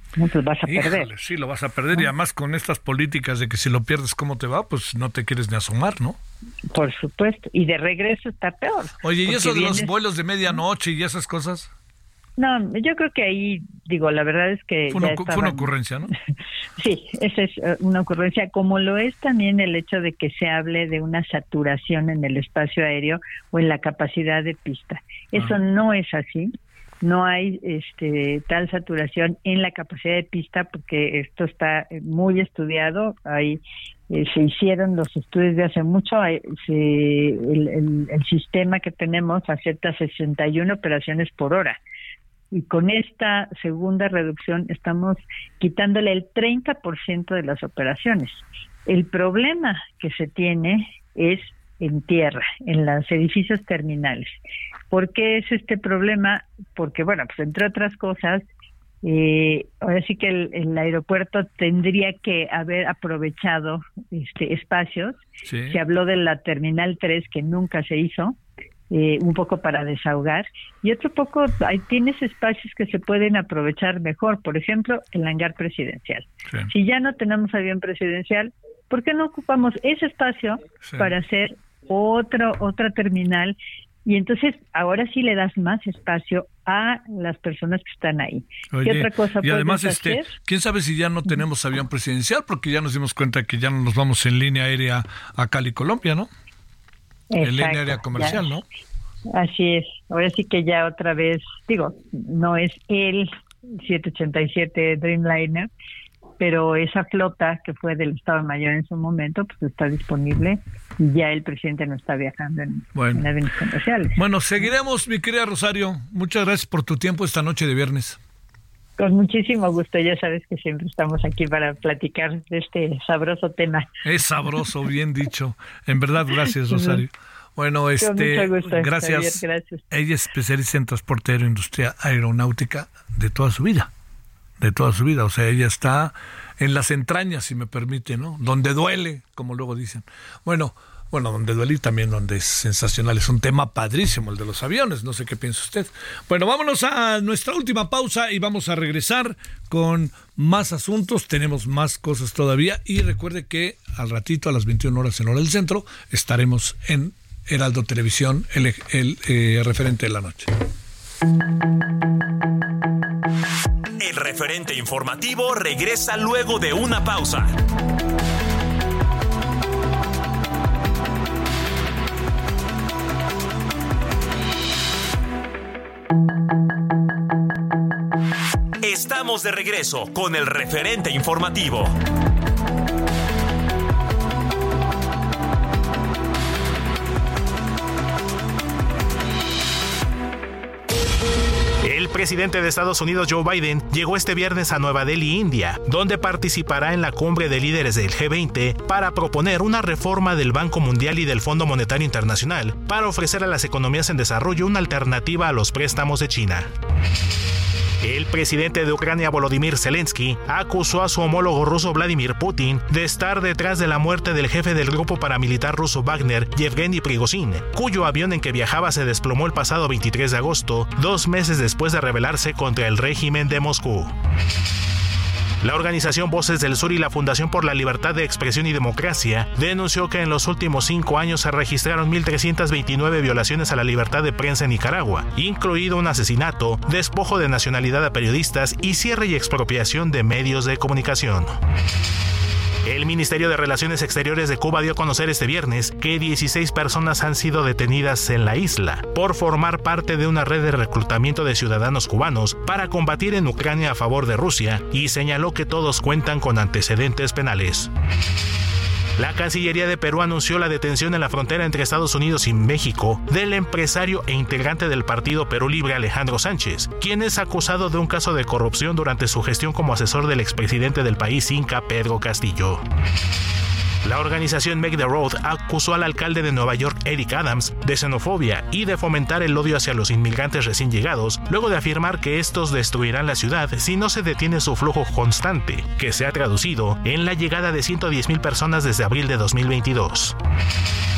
No, pues vas a Híjole, perder. Sí, lo vas a perder, ¿no? Y además con estas políticas de que si lo pierdes, ¿cómo te va? Pues no te quieres ni asomar, ¿no? Por supuesto, y de regreso está peor. Oye, ¿y eso de vienes... los vuelos de medianoche y esas cosas? No, yo creo que ahí, digo, la verdad es que... Fue una, ya estaban... fue una ocurrencia, ¿no? Sí, esa es una ocurrencia, como lo es también el hecho de que se hable de una saturación en el espacio aéreo o en la capacidad de pista. Eso ah. no es así. No hay este tal saturación en la capacidad de pista porque esto está muy estudiado. Hay eh, se hicieron los estudios de hace mucho. Hay, se, el, el, el sistema que tenemos acepta sesenta y una operaciones por hora. Y con esta segunda reducción estamos quitándole el treinta por ciento de las operaciones. El problema que se tiene es en tierra, en los edificios terminales. ¿Por qué es este problema? Porque, bueno, pues entre otras cosas, eh, ahora sí que el, el aeropuerto tendría que haber aprovechado este espacios. Sí. Se habló de la Terminal tres, que nunca se hizo, eh, un poco para desahogar, y otro poco, ahí tienes espacios que se pueden aprovechar mejor, por ejemplo, el hangar presidencial. Sí. Si ya no tenemos avión presidencial, ¿por qué no ocupamos ese espacio sí. para hacer otra otra terminal? Y entonces ahora sí le das más espacio a las personas que están ahí. Oye, ¿qué otra cosa y además, hacer? este, quién sabe si ya no tenemos avión presidencial, porque ya nos dimos cuenta que ya no nos vamos en línea aérea a Cali, Colombia, ¿no? Exacto, en línea aérea comercial, ya. ¿no? Así es. Ahora sí que ya otra vez, digo, no es el siete ochenta y siete Dreamliner, pero esa flota que fue del Estado Mayor en su momento, pues está disponible y ya el presidente no está viajando en, bueno. en aviones comerciales. Bueno, seguiremos, mi querida Rosario. Muchas gracias por tu tiempo esta noche de viernes. Con muchísimo gusto, ya sabes que siempre estamos aquí para platicar de este sabroso tema. Es sabroso, bien dicho. En verdad, gracias, Rosario. Bueno, este, gusto, gracias. Javier, gracias. Ella es especialista en transporte aéreo, industria aeronáutica de toda su vida. de toda su vida, o sea, ella está en las entrañas, si me permite, ¿no? Donde duele, como luego dicen. Bueno, bueno, donde duele y también donde es sensacional. Es un tema padrísimo el de los aviones, no sé qué piensa usted. Bueno, vámonos a nuestra última pausa y vamos a regresar con más asuntos, tenemos más cosas todavía y recuerde que al ratito a las veintiuna horas en hora del centro estaremos en Heraldo Televisión, el, el eh, referente de la noche. El referente informativo regresa luego de una pausa. Estamos de regreso con el referente informativo. El presidente de Estados Unidos, Joe Biden, llegó este viernes a Nueva Delhi, India, donde participará en la cumbre de líderes del G veinte para proponer una reforma del Banco Mundial y del Fondo Monetario Internacional para ofrecer a las economías en desarrollo una alternativa a los préstamos de China. El presidente de Ucrania, Volodymyr Zelensky, acusó a su homólogo ruso Vladimir Putin de estar detrás de la muerte del jefe del grupo paramilitar ruso Wagner, Yevgeny Prigozhin, cuyo avión en que viajaba se desplomó el pasado veintitrés de agosto, dos meses después de rebelarse contra el régimen de Moscú. La organización Voces del Sur y la Fundación por la Libertad de Expresión y Democracia denunció que en los últimos cinco años se registraron mil trescientas veintinueve violaciones a la libertad de prensa en Nicaragua, incluido un asesinato, despojo de nacionalidad a periodistas y cierre y expropiación de medios de comunicación. El Ministerio de Relaciones Exteriores de Cuba dio a conocer este viernes que dieciséis personas han sido detenidas en la isla por formar parte de una red de reclutamiento de ciudadanos cubanos para combatir en Ucrania a favor de Rusia y señaló que todos cuentan con antecedentes penales. La Cancillería de Perú anunció la detención en la frontera entre Estados Unidos y México del empresario e integrante del Partido Perú Libre Alejandro Sánchez, quien es acusado de un caso de corrupción durante su gestión como asesor del expresidente del país Inca, Pedro Castillo. La organización Make the Road acusó al alcalde de Nueva York, Eric Adams, de xenofobia y de fomentar el odio hacia los inmigrantes recién llegados, luego de afirmar que estos destruirán la ciudad si no se detiene su flujo constante, que se ha traducido en la llegada de ciento diez mil personas desde abril de dos mil veintidós.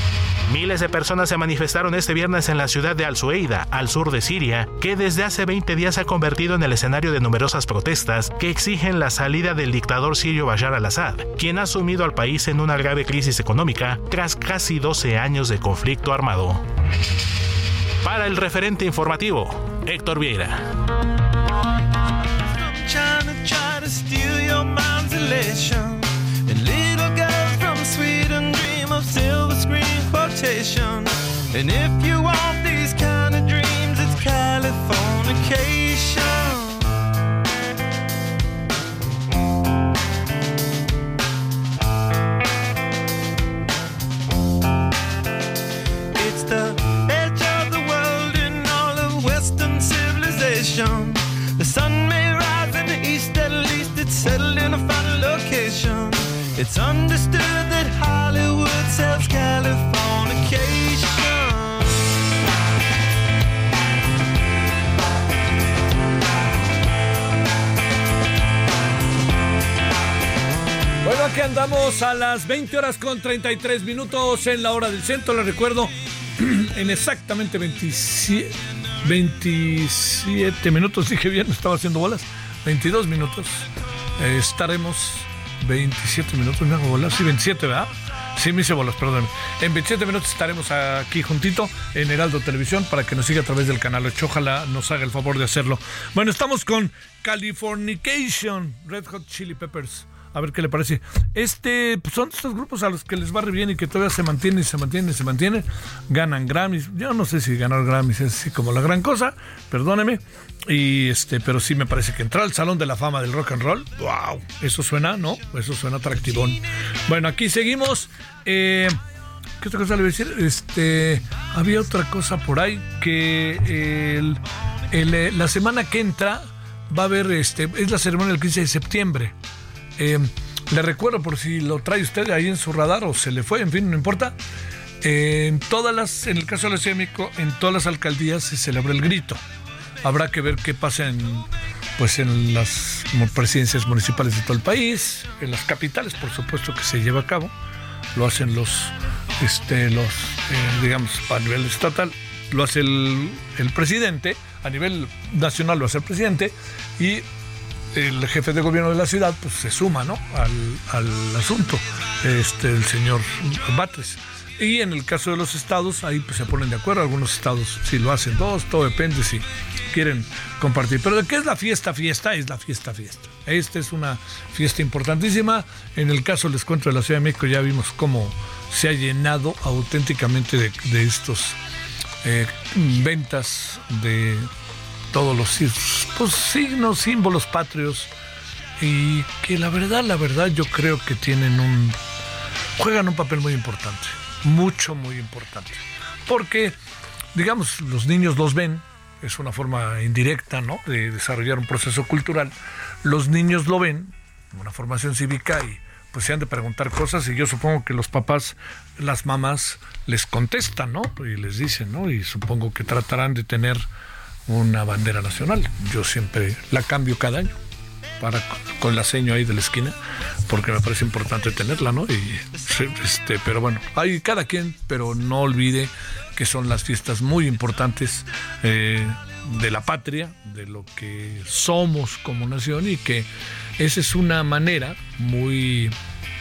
Miles de personas se manifestaron este viernes en la ciudad de Al-Sueida, al sur de Siria, que desde hace veinte días se ha convertido en el escenario de numerosas protestas que exigen la salida del dictador sirio Bashar al-Assad, quien ha sumido al país en una grave crisis económica tras casi doce años de conflicto armado. Para el referente informativo, Héctor Vieira. And if you want these kind of dreams, it's Californication. It's the edge of the world in all of Western civilization. The sun may rise in the east, at least it's settled in a final location. It's understood that Hollywood sells Californication. Bueno, aquí andamos a las veinte horas con treinta y tres minutos en la hora del centro. Les recuerdo, en exactamente veintisiete, veintisiete minutos, dije bien, estaba haciendo bolas, veintidós minutos, eh, estaremos, veintisiete minutos, me hago bolas, sí, veintisiete, ¿verdad? Sí, me hice bolas, perdón. En veintisiete minutos estaremos aquí juntito en Heraldo Televisión para que nos siga a través del canal ocho. Ojalá nos haga el favor de hacerlo. Bueno, estamos con Californication, Red Hot Chili Peppers. A ver qué le parece. Este, pues son estos grupos a los que les va re bien y que todavía se mantienen y se mantienen y se mantienen. Ganan Grammys. Yo no sé si ganar Grammys es así como la gran cosa, perdóneme. Y este, pero sí me parece que entrar al Salón de la Fama del Rock and Roll, wow, eso suena, ¿no? Eso suena atractivón. Bueno, aquí seguimos. Eh, ¿Qué otra cosa le voy a decir? Este, había otra cosa por ahí que el, el, la semana que entra va a haber, este, es la ceremonia del quince de septiembre. Eh, le recuerdo, por si lo trae usted ahí en su radar o se le fue, en fin, no importa. Eh, en todas las, en el caso de la Ciudad de México, en todas las alcaldías se celebra el grito. Habrá que ver qué pasa en, pues en las presidencias municipales de todo el país, en las capitales, por supuesto que se lleva a cabo. Lo hacen los, este, los, eh, digamos, a nivel estatal, lo hace el, el presidente, a nivel nacional lo hace el presidente y el jefe de gobierno de la ciudad pues se suma, ¿no?, al, al asunto, este, el señor Batres. Y en el caso de los estados, ahí pues se ponen de acuerdo. Algunos estados sí lo hacen, dos, todo depende si quieren compartir. Pero ¿de qué es la fiesta? Fiesta es la fiesta, fiesta. Esta es una fiesta importantísima. En el caso, les cuento, de la Ciudad de México, ya vimos cómo se ha llenado auténticamente de, de estos eh, ventas de todos los pues, signos, símbolos patrios, y que la verdad, la verdad, yo creo que tienen un, juegan un papel muy importante, mucho, muy importante, porque, digamos, los niños los ven, es una forma indirecta, ¿no?, de desarrollar un proceso cultural. Los niños lo ven, una formación cívica, y pues se han de preguntar cosas, y yo supongo que los papás, las mamás, les contestan, ¿no?, y les dicen, ¿no?, y supongo que tratarán de tener una bandera nacional. Yo siempre la cambio cada año para con la seño ahí de la esquina, porque me parece importante tenerla, ¿no? Y este, pero bueno, hay cada quien, pero no olvide que son las fiestas muy importantes eh, de la patria, de lo que somos como nación, y que esa es una manera muy,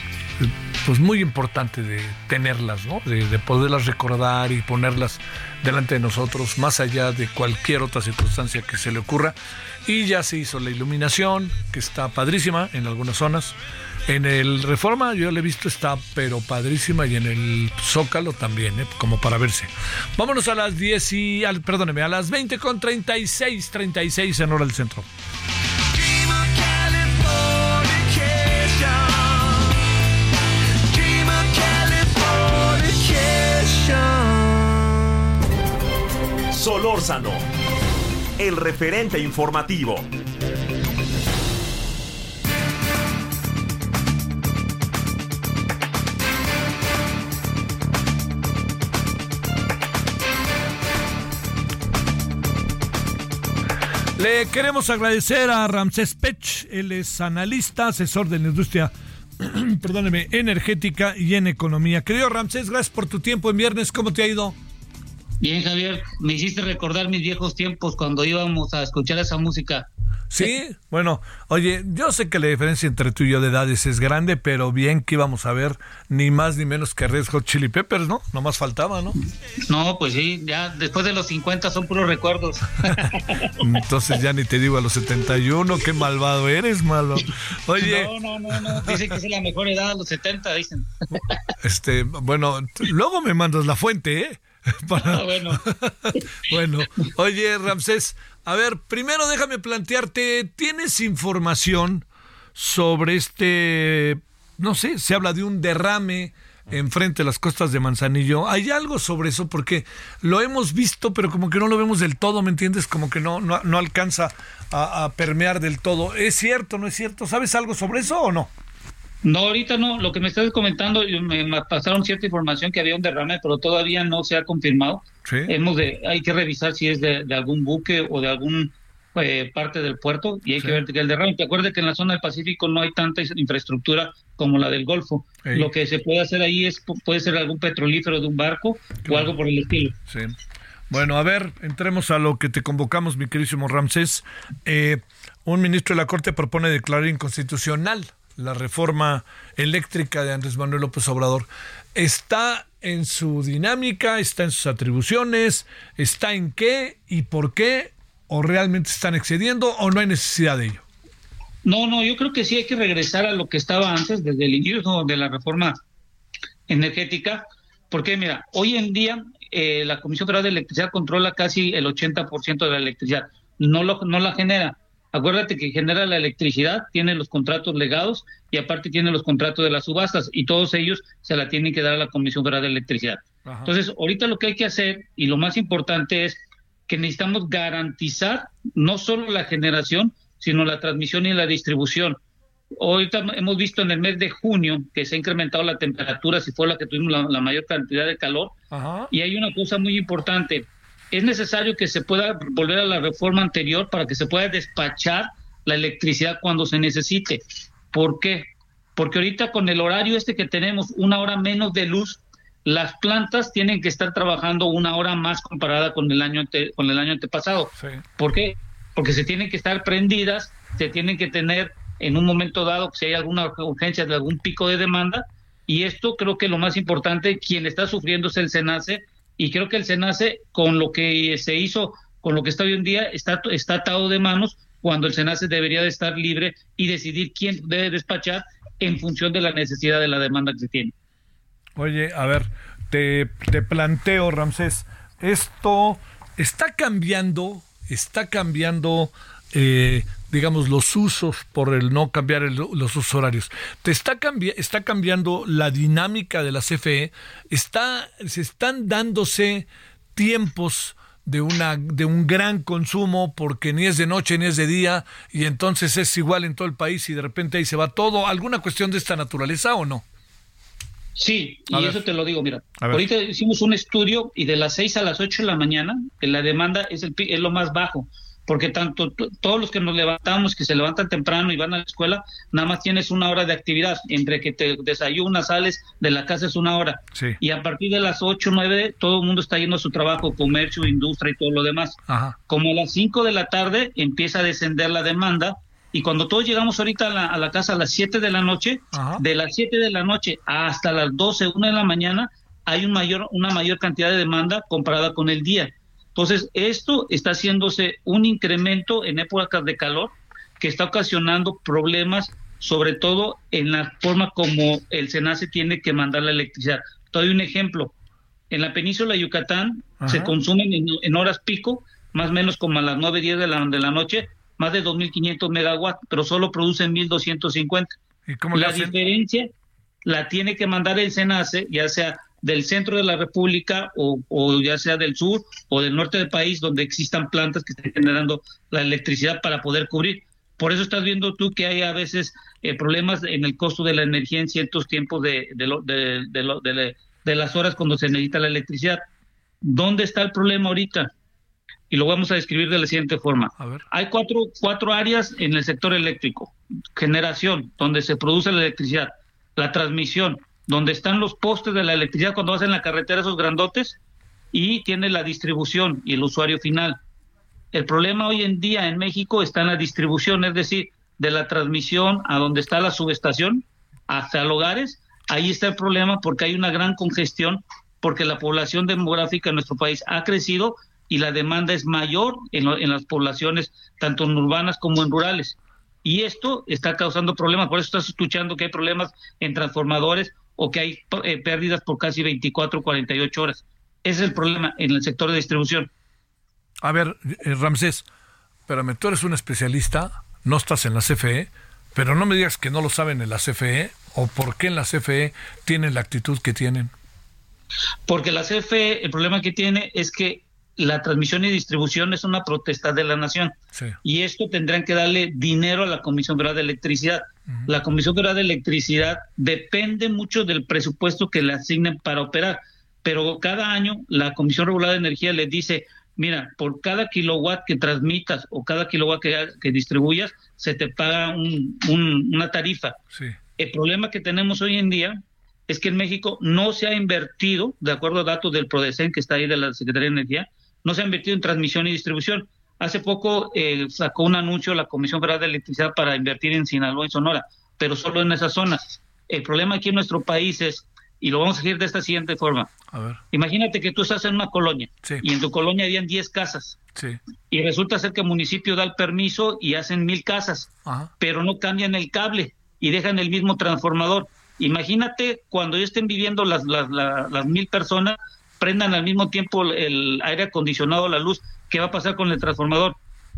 pues muy importante de tenerlas, ¿no? De, de poderlas recordar y ponerlas delante de nosotros, más allá de cualquier otra circunstancia que se le ocurra. Y ya se hizo la iluminación, que está padrísima en algunas zonas. En el Reforma, yo la he visto, está pero padrísima, y en el Zócalo también, ¿eh?, como para verse. Vámonos a las diez y, al, perdóneme, a las veinte con treinta y seis, treinta y seis en hora del centro. Solórzano, el referente informativo. Le queremos agradecer a Ramsés Pech, él es analista, asesor de la industria perdóneme, energética y en economía. Querido Ramsés, gracias por tu tiempo en viernes. ¿Cómo te ha ido? Bien, Javier, me hiciste recordar mis viejos tiempos cuando íbamos a escuchar esa música. Sí, bueno, oye, yo sé que la diferencia entre tú y yo de edades es grande, pero bien que íbamos a ver ni más ni menos que Red Hot Chili Peppers, ¿no? No más faltaba, ¿no? No, pues sí, ya después de los cincuenta son puros recuerdos. Entonces ya ni te digo a los setenta y uno, qué malvado eres, malvado. Oye. No, no, no, no, dicen que es la mejor edad, los setenta, dicen. Este, bueno, luego me mandas la fuente, ¿eh? Para... Ah, bueno. Bueno, oye, Ramsés, a ver, primero déjame plantearte, ¿tienes información sobre este, no sé, se habla de un derrame enfrente de las costas de Manzanillo? ¿Hay algo sobre eso? Porque lo hemos visto, pero como que no lo vemos del todo, ¿me entiendes? Como que no, no, no alcanza a, a permear del todo. ¿Es cierto, no es cierto? ¿Sabes algo sobre eso o no? No, ahorita no, lo que me estás comentando, me, me pasaron cierta información que había un derrame, pero todavía no se ha confirmado. ¿Sí? Hemos de, hay que revisar si es de, de algún buque o de algún eh, parte del puerto, y hay ¿Sí? que ver que el derrame. Te acuerdas que en la zona del Pacífico no hay tanta infraestructura como la del Golfo. Sí. Lo que se puede hacer ahí es, puede ser algún petrolífero de un barco claro. o algo por el estilo. Sí. Bueno, a ver, entremos a lo que te convocamos, mi queridísimo Ramsés. Eh, un ministro de la Corte propone declarar inconstitucional la reforma eléctrica de Andrés Manuel López Obrador. ¿Está en su dinámica, está en sus atribuciones, está en qué y por qué, o realmente están excediendo o no hay necesidad de ello? No, no, yo creo que sí hay que regresar a lo que estaba antes, desde el inicio de la reforma energética, porque mira, hoy en día eh, la Comisión Federal de Electricidad controla casi el ochenta por ciento de la electricidad, no, lo, no la genera. Acuérdate que genera la electricidad, tiene los contratos legados y aparte tiene los contratos de las subastas, y todos ellos se la tienen que dar a la Comisión Federal de Electricidad. Ajá. Entonces, ahorita lo que hay que hacer, y lo más importante, es que necesitamos garantizar no solo la generación, sino la transmisión y la distribución. Ahorita hemos visto en el mes de junio que se ha incrementado la temperatura, si fue la que tuvimos la, la mayor cantidad de calor. Ajá. Y hay una cosa muy importante. Es necesario que se pueda volver a la reforma anterior para que se pueda despachar la electricidad cuando se necesite. ¿Por qué? Porque ahorita con el horario este que tenemos, una hora menos de luz, las plantas tienen que estar trabajando una hora más comparada con el año ante, con el año antepasado. Sí. ¿Por qué? Porque se tienen que estar prendidas, se tienen que tener en un momento dado, si hay alguna urgencia de algún pico de demanda, y esto creo que lo más importante, quien está sufriendo es el SENACE. Y creo que el SENACE, con lo que se hizo, con lo que está hoy en día, está, está atado de manos, cuando el SENACE debería de estar libre y decidir quién debe despachar en función de la necesidad de la demanda que se tiene. Oye, a ver, te, te planteo, Ramsés, esto está cambiando, está cambiando, eh, digamos, los usos por el no cambiar el, los usos horarios. Te está, cambi- está cambiando la dinámica de la C F E, está, se están dándose tiempos de una de un gran consumo, porque ni es de noche ni es de día, y entonces es igual en todo el país y de repente ahí se va todo. ¿Alguna cuestión de esta naturaleza o no? Sí, y eso te lo digo, mira, ahorita hicimos un estudio y de las seis a las ocho de la mañana, la demanda es, el, es lo más bajo. Porque tanto t- todos los que nos levantamos, que se levantan temprano y van a la escuela, nada más tienes una hora de actividad. Entre que te desayunas, sales de la casa es una hora. Sí. Y a partir de las ocho, nueve, todo el mundo está yendo a su trabajo, comercio, industria y todo lo demás. Ajá. Como a las cinco de la tarde empieza a descender la demanda, y cuando todos llegamos ahorita a la, a la casa a las siete de la noche, Ajá. de las siete de la noche hasta las doce, una de la mañana, hay un mayor, una mayor cantidad de demanda comparada con el día. Entonces, esto está haciéndose un incremento en épocas de calor que está ocasionando problemas, sobre todo en la forma como el SENACE tiene que mandar la electricidad. Te doy un ejemplo. En la península de Yucatán Ajá. se consumen en, en horas pico, más o menos como a las nueve, diez de la, de la noche, más de dos mil quinientos megawatts, pero solo producen mil doscientos cincuenta. ¿Y cómo la diferencia la tiene que mandar el SENACE, ya sea del centro de la República o, o ya sea del sur o del norte del país, donde existan plantas que estén generando la electricidad para poder cubrir. Por eso estás viendo tú que hay a veces eh, problemas en el costo de la energía en ciertos tiempos de, de, lo, de, de, lo, de, de, de las horas cuando se necesita la electricidad. ¿Dónde está el problema ahorita? Y lo vamos a describir de la siguiente forma. A ver. Hay cuatro, cuatro áreas en el sector eléctrico. Generación, donde se produce la electricidad. la transmisión, donde están los postes de la electricidad cuando vas en la carretera, esos grandotes, y tiene la distribución y el usuario final. El problema hoy en día en México está en la distribución, es decir, de la transmisión a donde está la subestación hasta los hogares. Ahí está el problema porque hay una gran congestión, porque la población demográfica en nuestro país ha crecido y la demanda es mayor en, lo, en las poblaciones, tanto en urbanas como en rurales. Y esto está causando problemas, por eso estás escuchando que hay problemas en transformadores o que hay eh, pérdidas por casi veinticuatro, cuarenta y ocho horas. Ese es el problema en el sector de distribución. A ver, eh, Ramsés, espérame, tú eres un especialista, no estás en la C F E, pero no me digas que no lo saben en la C F E, o por qué en la C F E tienen la actitud que tienen. Porque la C F E, el problema que tiene es que la transmisión y distribución es una protesta de la nación. Sí. Y esto tendrán que darle dinero a la Comisión Federal de Electricidad. Uh-huh. La Comisión Federal de Electricidad depende mucho del presupuesto que le asignen para operar, pero cada año la Comisión Regular de Energía les dice, mira, por cada kilowatt que transmitas o cada kilowatt que, que distribuyas, se te paga un, un, una tarifa. Sí. El problema que tenemos hoy en día es que en México no se ha invertido, de acuerdo a datos del PRODECEN, que está ahí de la Secretaría de Energía, no se ha invertido en transmisión y distribución. Hace poco eh, sacó un anuncio la Comisión Federal de Electricidad para invertir en Sinaloa y Sonora, pero solo en esas zonas. El problema aquí en nuestro país es, y lo vamos a decir de esta siguiente forma. A ver. Imagínate que tú estás en una colonia, sí, y en tu colonia habían diez casas. Sí. Y resulta ser que el municipio da el permiso y hacen mil casas. Ajá. Pero no cambian el cable y dejan el mismo transformador. Imagínate cuando ya estén viviendo las, las, las, las mil personas, prendan al mismo tiempo el aire acondicionado, la luz, ¿qué va a pasar con el transformador?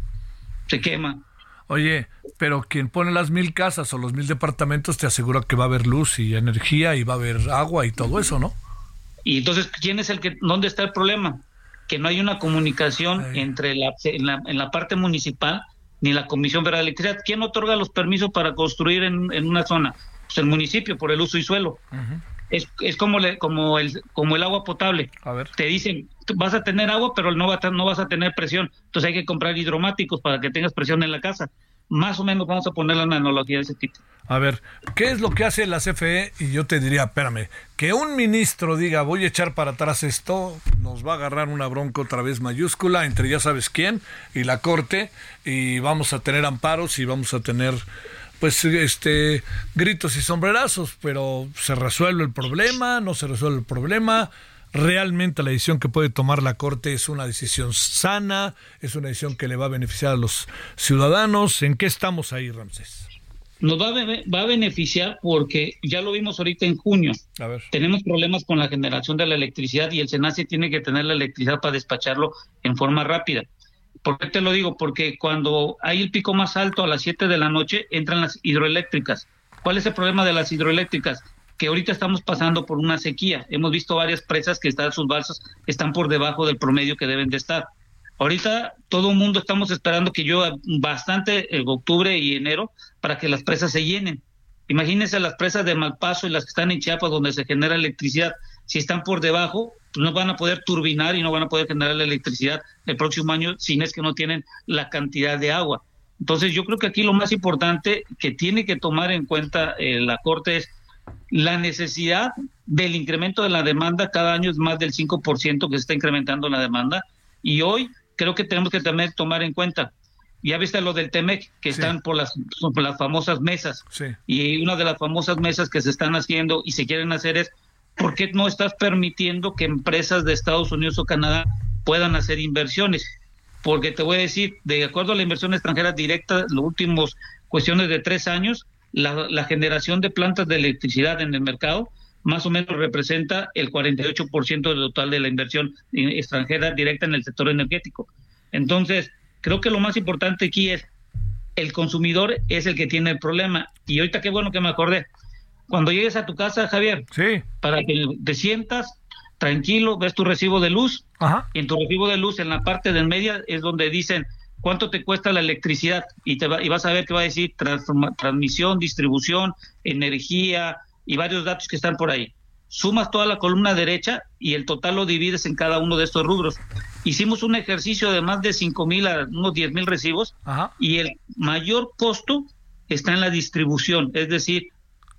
Se quema. Oye, pero quien pone las mil casas o los mil departamentos te asegura que va a haber luz y energía y va a haber agua y todo eso, ¿no? Y entonces, ¿quién es el que, dónde está el problema? Que no hay una comunicación Ay. entre la en, la en la parte municipal ni la Comisión Federal de Electricidad. ¿Quién otorga los permisos para construir en, en una zona? Pues el municipio, por el uso y suelo. Uh-huh. Es, es como, le, como, el, como el agua potable. A ver. Te dicen, vas a tener agua, pero no, va a, no vas a tener presión. Entonces hay que comprar hidromáticos para que tengas presión en la casa. Más o menos vamos a poner la analogía de ese tipo. A ver, ¿qué es lo que hace la C F E? Y yo te diría, espérame, que un ministro diga, voy a echar para atrás esto, nos va a agarrar una bronca otra vez mayúscula entre ya sabes quién y la Corte, y vamos a tener amparos y vamos a tener... pues este gritos y sombrerazos, pero se resuelve el problema, no se resuelve el problema. Realmente la decisión que puede tomar la Corte es una decisión sana, es una decisión que le va a beneficiar a los ciudadanos. ¿En qué estamos ahí, Ramsés? Nos va a, va a beneficiar porque ya lo vimos ahorita en junio. A ver. Tenemos problemas con la generación de la electricidad y el SENACE tiene que tener la electricidad para despacharlo en forma rápida. ¿Por qué te lo digo? Porque cuando hay el pico más alto a las siete de la noche entran las hidroeléctricas. ¿Cuál es el problema de las hidroeléctricas? Que ahorita estamos pasando por una sequía. Hemos visto varias presas que están, sus balsas están por debajo del promedio que deben de estar. Ahorita todo el mundo estamos esperando que llueva bastante en octubre y enero para que las presas se llenen. Imagínense las presas de Malpaso y las que están en Chiapas donde se genera electricidad. Si están por debajo, pues no van a poder turbinar y no van a poder generar la electricidad el próximo año si no es que no tienen la cantidad de agua. Entonces yo creo que aquí lo más importante que tiene que tomar en cuenta eh, la Corte es la necesidad del incremento de la demanda. Cada año es más del cinco por ciento que se está incrementando la demanda y hoy creo que tenemos que también tomar en cuenta, ya viste lo del TEMEC, que sí. están por las, por las famosas mesas, sí. y una de las famosas mesas que se están haciendo y se quieren hacer es, ¿por qué no estás permitiendo que empresas de Estados Unidos o Canadá puedan hacer inversiones? Porque te voy a decir, de acuerdo a la inversión extranjera directa, los últimos cuestiones de tres años, la, la generación de plantas de electricidad en el mercado más o menos representa el cuarenta y ocho por ciento del total de la inversión extranjera directa en el sector energético. Entonces, creo que lo más importante aquí es el consumidor es el que tiene el problema. Y ahorita qué bueno que me acordé. Cuando llegues a tu casa, Javier, sí. para que te sientas tranquilo, ves tu recibo de luz, Ajá. y en tu recibo de luz, en la parte de en media, es donde dicen cuánto te cuesta la electricidad, y te va, y vas a ver que va a decir transforma, transmisión, distribución, energía, y varios datos que están por ahí. Sumas toda la columna derecha y el total lo divides en cada uno de estos rubros. Hicimos un ejercicio de más de cinco mil a unos diez mil recibos, Ajá. y el mayor costo está en la distribución, es decir,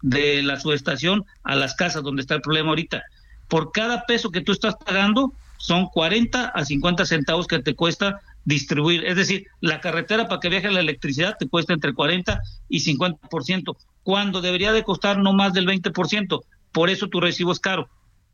de la subestación a las casas donde está el problema ahorita. Por cada peso que tú estás pagando, son cuarenta a cincuenta centavos que te cuesta distribuir. Es decir, la carretera para que viaje la electricidad te cuesta entre cuarenta y cincuenta por ciento, cuando debería de costar no más del veinte por ciento. Por eso tu recibo es caro.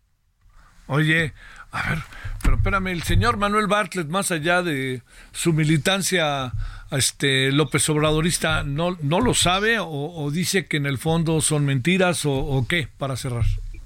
Oye, a ver, pero espérame, el señor Manuel Bartlett, más allá de su militancia este López Obradorista, ¿no, no lo sabe o, o dice que en el fondo son mentiras o, o qué, para cerrar?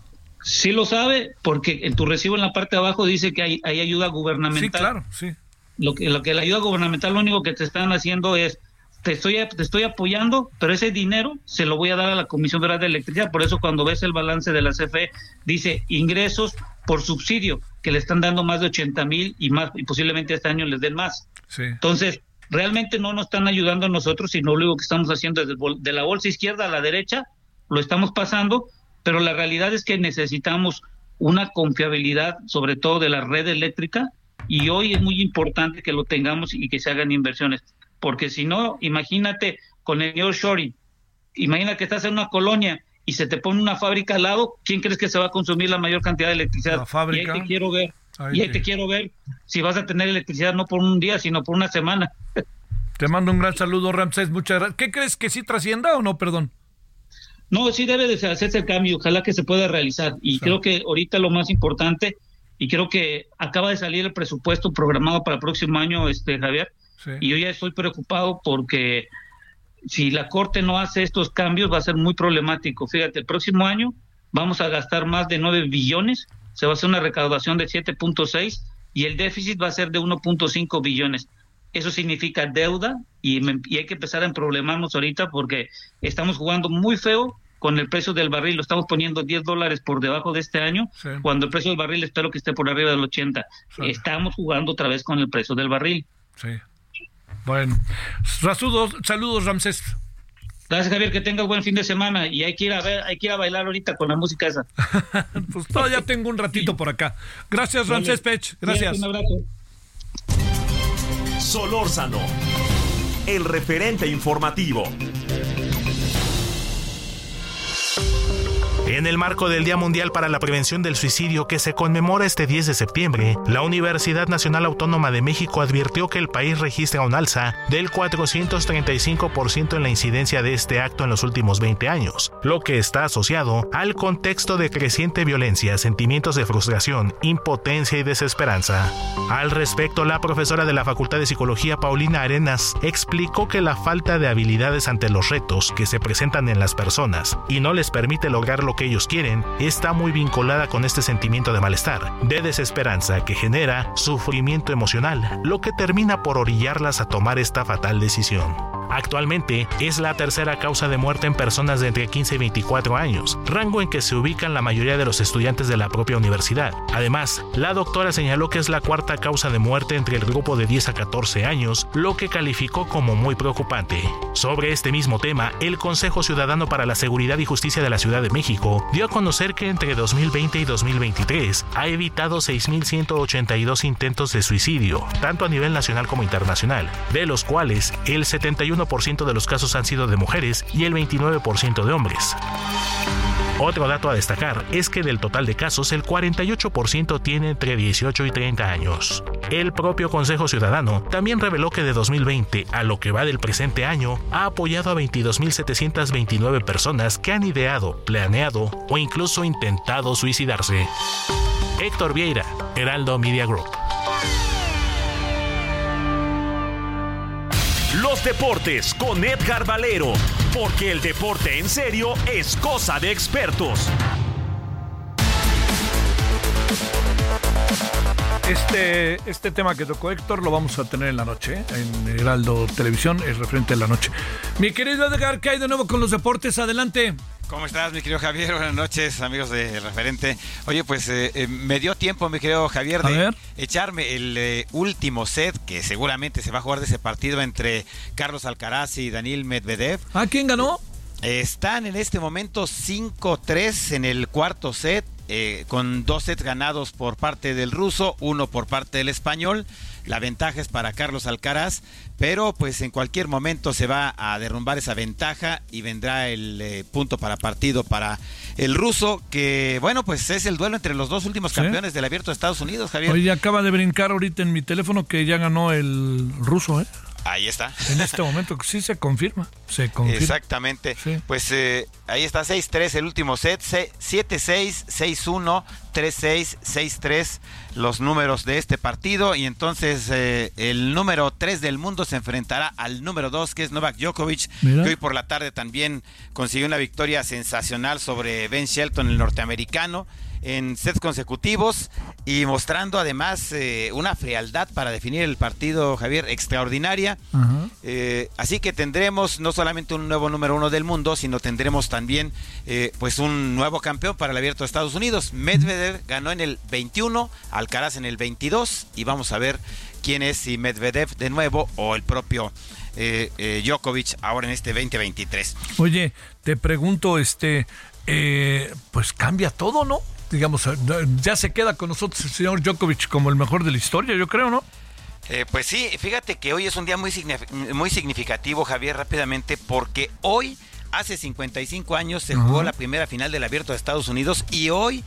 Sí lo sabe, porque en tu recibo en la parte de abajo dice que hay, hay ayuda gubernamental. Sí, claro, sí. Lo que, lo que la ayuda gubernamental, lo único que te están haciendo es, te estoy, te estoy apoyando, pero ese dinero se lo voy a dar a la Comisión Federal de Electricidad. Por eso cuando ves el balance de la C F E, dice ingresos por subsidio, que le están dando más de ochenta mil y más, y posiblemente este año les den más. Sí. Entonces, realmente no nos están ayudando a nosotros, sino lo único que estamos haciendo desde de la bolsa izquierda a la derecha, lo estamos pasando, pero la realidad es que necesitamos una confiabilidad, sobre todo de la red eléctrica, y hoy es muy importante que lo tengamos y que se hagan inversiones, porque si no, imagínate con el nearshoring, imagina que estás en una colonia y se te pone una fábrica al lado, ¿quién crees que se va a consumir la mayor cantidad de electricidad? La fábrica. Y ahí te quiero ver, ahí y ahí te... te quiero ver si vas a tener electricidad no por un día, sino por una semana. Te mando un gran saludo, Ramsés, muchas gracias. ¿Qué crees, que sí trascienda o no, perdón? No, sí debe de hacerse el cambio, ojalá que se pueda realizar, y sí. Creo que ahorita lo más importante, y creo que acaba de salir el presupuesto programado para el próximo año, este Javier, sí. Y yo ya estoy preocupado porque si la Corte no hace estos cambios va a ser muy problemático. Fíjate, el próximo año vamos a gastar más de nueve billones, se va a hacer una recaudación de siete punto seis y el déficit va a ser de uno punto cinco billones. Eso significa deuda y, me, y hay que empezar a problemarnos ahorita porque estamos jugando muy feo con el precio del barril, lo estamos poniendo diez dólares por debajo de este año, sí. Cuando el precio del barril espero que esté por arriba del ochenta. Sí. Estamos jugando otra vez con el precio del barril. Sí. Bueno, saludos, saludos Ramsés. Gracias, Javier, que tengas buen fin de semana y hay que ir a ver, hay que ir a bailar ahorita con la música esa. Pues todavía tengo un ratito por acá. Gracias, Ramsés Pech. Gracias. Un abrazo. Solórzano, el referente informativo. En el marco del Día Mundial para la Prevención del Suicidio que se conmemora este diez de septiembre, la Universidad Nacional Autónoma de México advirtió que el país registra un alza del cuatrocientos treinta y cinco por ciento en la incidencia de este acto en los últimos veinte años, lo que está asociado al contexto de creciente violencia, sentimientos de frustración, impotencia y desesperanza. Al respecto, la profesora de la Facultad de Psicología, Paulina Arenas, explicó que la falta de habilidades ante los retos que se presentan en las personas y no les permite lograr lo que ellos quieren, está muy vinculada con este sentimiento de malestar, de desesperanza que genera sufrimiento emocional, lo que termina por orillarlas a tomar esta fatal decisión. Actualmente es la tercera causa de muerte en personas de entre quince y veinticuatro años, rango en que se ubican la mayoría de los estudiantes de la propia universidad. Además, la doctora señaló que es la cuarta causa de muerte entre el grupo de diez a catorce años, lo que calificó como muy preocupante. Sobre este mismo tema, el Consejo Ciudadano para la Seguridad y Justicia de la Ciudad de México dio a conocer que entre dos mil veinte y dos mil veintitrés ha evitado seis mil ciento ochenta y dos intentos de suicidio, tanto a nivel nacional como internacional, de los cuales el setenta y uno por ciento de los casos han sido de mujeres y el veintinueve por ciento de hombres. Otro dato a destacar es que del total de casos, el cuarenta y ocho por ciento tiene entre dieciocho y treinta años. El propio Consejo Ciudadano también reveló que de dos mil veinte a lo que va del presente año, ha apoyado a veintidós mil setecientas veintinueve personas que han ideado, planeado o incluso intentado suicidarse. Héctor Vieira, Heraldo Media Group. Los deportes con Edgar Valero, porque el deporte en serio es cosa de expertos. Este, este tema que tocó Héctor lo vamos a tener en la noche, ¿eh? En Heraldo Televisión, es referente a la noche. Mi querido Edgar, ¿qué hay de nuevo con los deportes? Adelante. ¿Cómo estás, mi querido Javier? Buenas noches, amigos de El Referente. Oye, pues eh, eh, me dio tiempo, mi querido Javier, de echarme el eh, último set, que seguramente se va a jugar de ese partido entre Carlos Alcaraz y Daniil Medvedev. ¿Ah, quién ganó? Están en este momento cinco tres en el cuarto set. eh, con dos sets ganados por parte del ruso, uno por parte del español. La ventaja es para Carlos Alcaraz, pero pues en cualquier momento se va a derrumbar esa ventaja y vendrá el eh, punto para partido para el ruso, que bueno, pues es el duelo entre los dos últimos campeones ¿Sí? del Abierto de Estados Unidos, Javier. Oye, acaba de brincar ahorita en mi teléfono que ya ganó el ruso, ¿eh? Ahí está. En este momento sí se confirma, se confirma. Exactamente. Sí. Pues eh, ahí está seis tres el último set, siete seis, seis uno, tres seis, seis tres los números de este partido, y entonces eh, el número tres del mundo se enfrentará al número dos, que es Novak Djokovic, Mira. que hoy por la tarde también consiguió una victoria sensacional sobre Ben Shelton, el norteamericano, en sets consecutivos, y mostrando además eh, una frialdad para definir el partido, Javier, extraordinaria. Uh-huh. Eh, así que tendremos no solamente un nuevo número uno del mundo, sino tendremos también eh, pues un nuevo campeón para el Abierto de Estados Unidos. Medvedev ganó en el veintiuno, Alcaraz en el veintidós, y vamos a ver quién es, si Medvedev de nuevo o el propio eh, eh, Djokovic ahora en este veinte veintitrés. Oye, te pregunto, este, eh, pues cambia todo, ¿no? Digamos, ya se queda con nosotros el señor Djokovic como el mejor de la historia, yo creo, ¿no? Eh, pues sí, fíjate que hoy es un día muy, signif- muy significativo, Javier, rápidamente, porque hoy, hace cincuenta y cinco años, se uh-huh. jugó la primera final del Abierto de Estados Unidos, y hoy,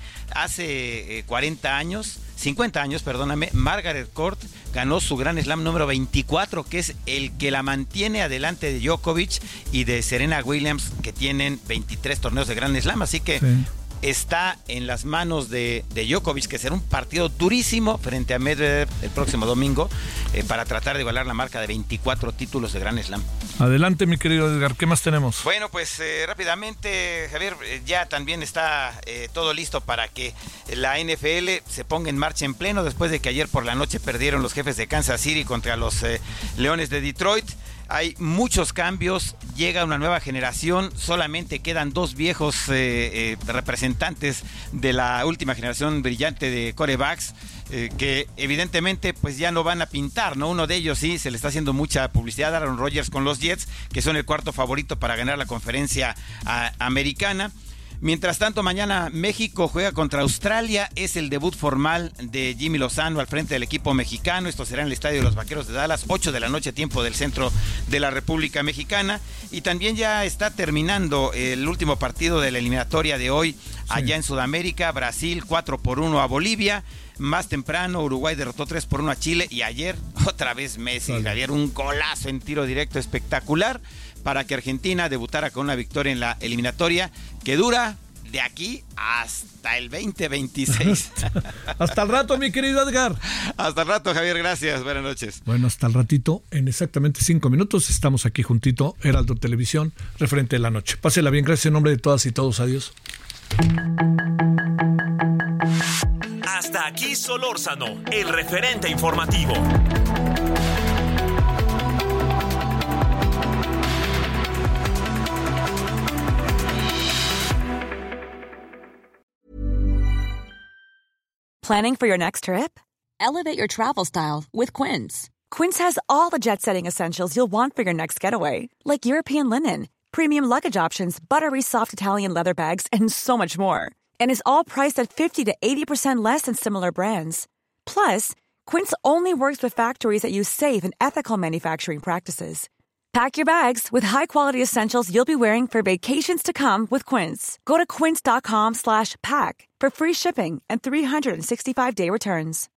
hace eh, cuarenta años, cincuenta años, perdóname, Margaret Court ganó su Grand Slam número veinticuatro, que es el que la mantiene adelante de Djokovic y de Serena Williams, que tienen veintitrés torneos de Grand Slam, así que... Sí. Está en las manos de, de Djokovic, que será un partido durísimo frente a Medvedev el próximo domingo eh, para tratar de igualar la marca de veinticuatro títulos de Grand Slam. Adelante, mi querido Edgar, ¿qué más tenemos? Bueno, pues eh, rápidamente, Javier, eh, ya también está eh, todo listo para que la N F L se ponga en marcha en pleno, después de que ayer por la noche perdieron los Jefes de Kansas City contra los eh, Leones de Detroit. Hay muchos cambios, llega una nueva generación, solamente quedan dos viejos eh, eh, representantes de la última generación brillante de quarterbacks, eh, que evidentemente pues ya no van a pintar, ¿no? Uno de ellos sí, se le está haciendo mucha publicidad a Aaron Rodgers con los Jets, que son el cuarto favorito para ganar la conferencia a, americana. Mientras tanto, mañana México juega contra Australia, es el debut formal de Jimmy Lozano al frente del equipo mexicano. Esto será en el Estadio de los Vaqueros de Dallas, ocho de la noche, tiempo del centro de la República Mexicana. Y también ya está terminando el último partido de la eliminatoria de hoy allá sí. en Sudamérica. Brasil cuatro por uno a Bolivia. Más temprano, Uruguay derrotó tres por uno a Chile, y ayer otra vez Messi, vale. Javier, un golazo en tiro directo espectacular para que Argentina debutara con una victoria en la eliminatoria que dura de aquí hasta el veinte veintiséis. Hasta el rato, mi querido Edgar. Hasta el rato, Javier, gracias, buenas noches. Bueno, hasta el ratito, en exactamente cinco minutos, estamos aquí juntito, Heraldo Televisión, referente de la noche. Pásela bien, gracias en nombre de todas y todos, adiós. Hasta aquí Solórzano, el referente informativo. Planning for your next trip? Elevate your travel style with Quince. Quince has all the jet-setting essentials you'll want for your next getaway, like European linen, premium luggage options, buttery soft Italian leather bags, and so much more. And is all priced at fifty to eighty percent less than similar brands. Plus, Quince only works with factories that use safe and ethical manufacturing practices. Pack your bags with high-quality essentials you'll be wearing for vacations to come with Quince. Go to quince.com slash pack for free shipping and three sixty-five day returns.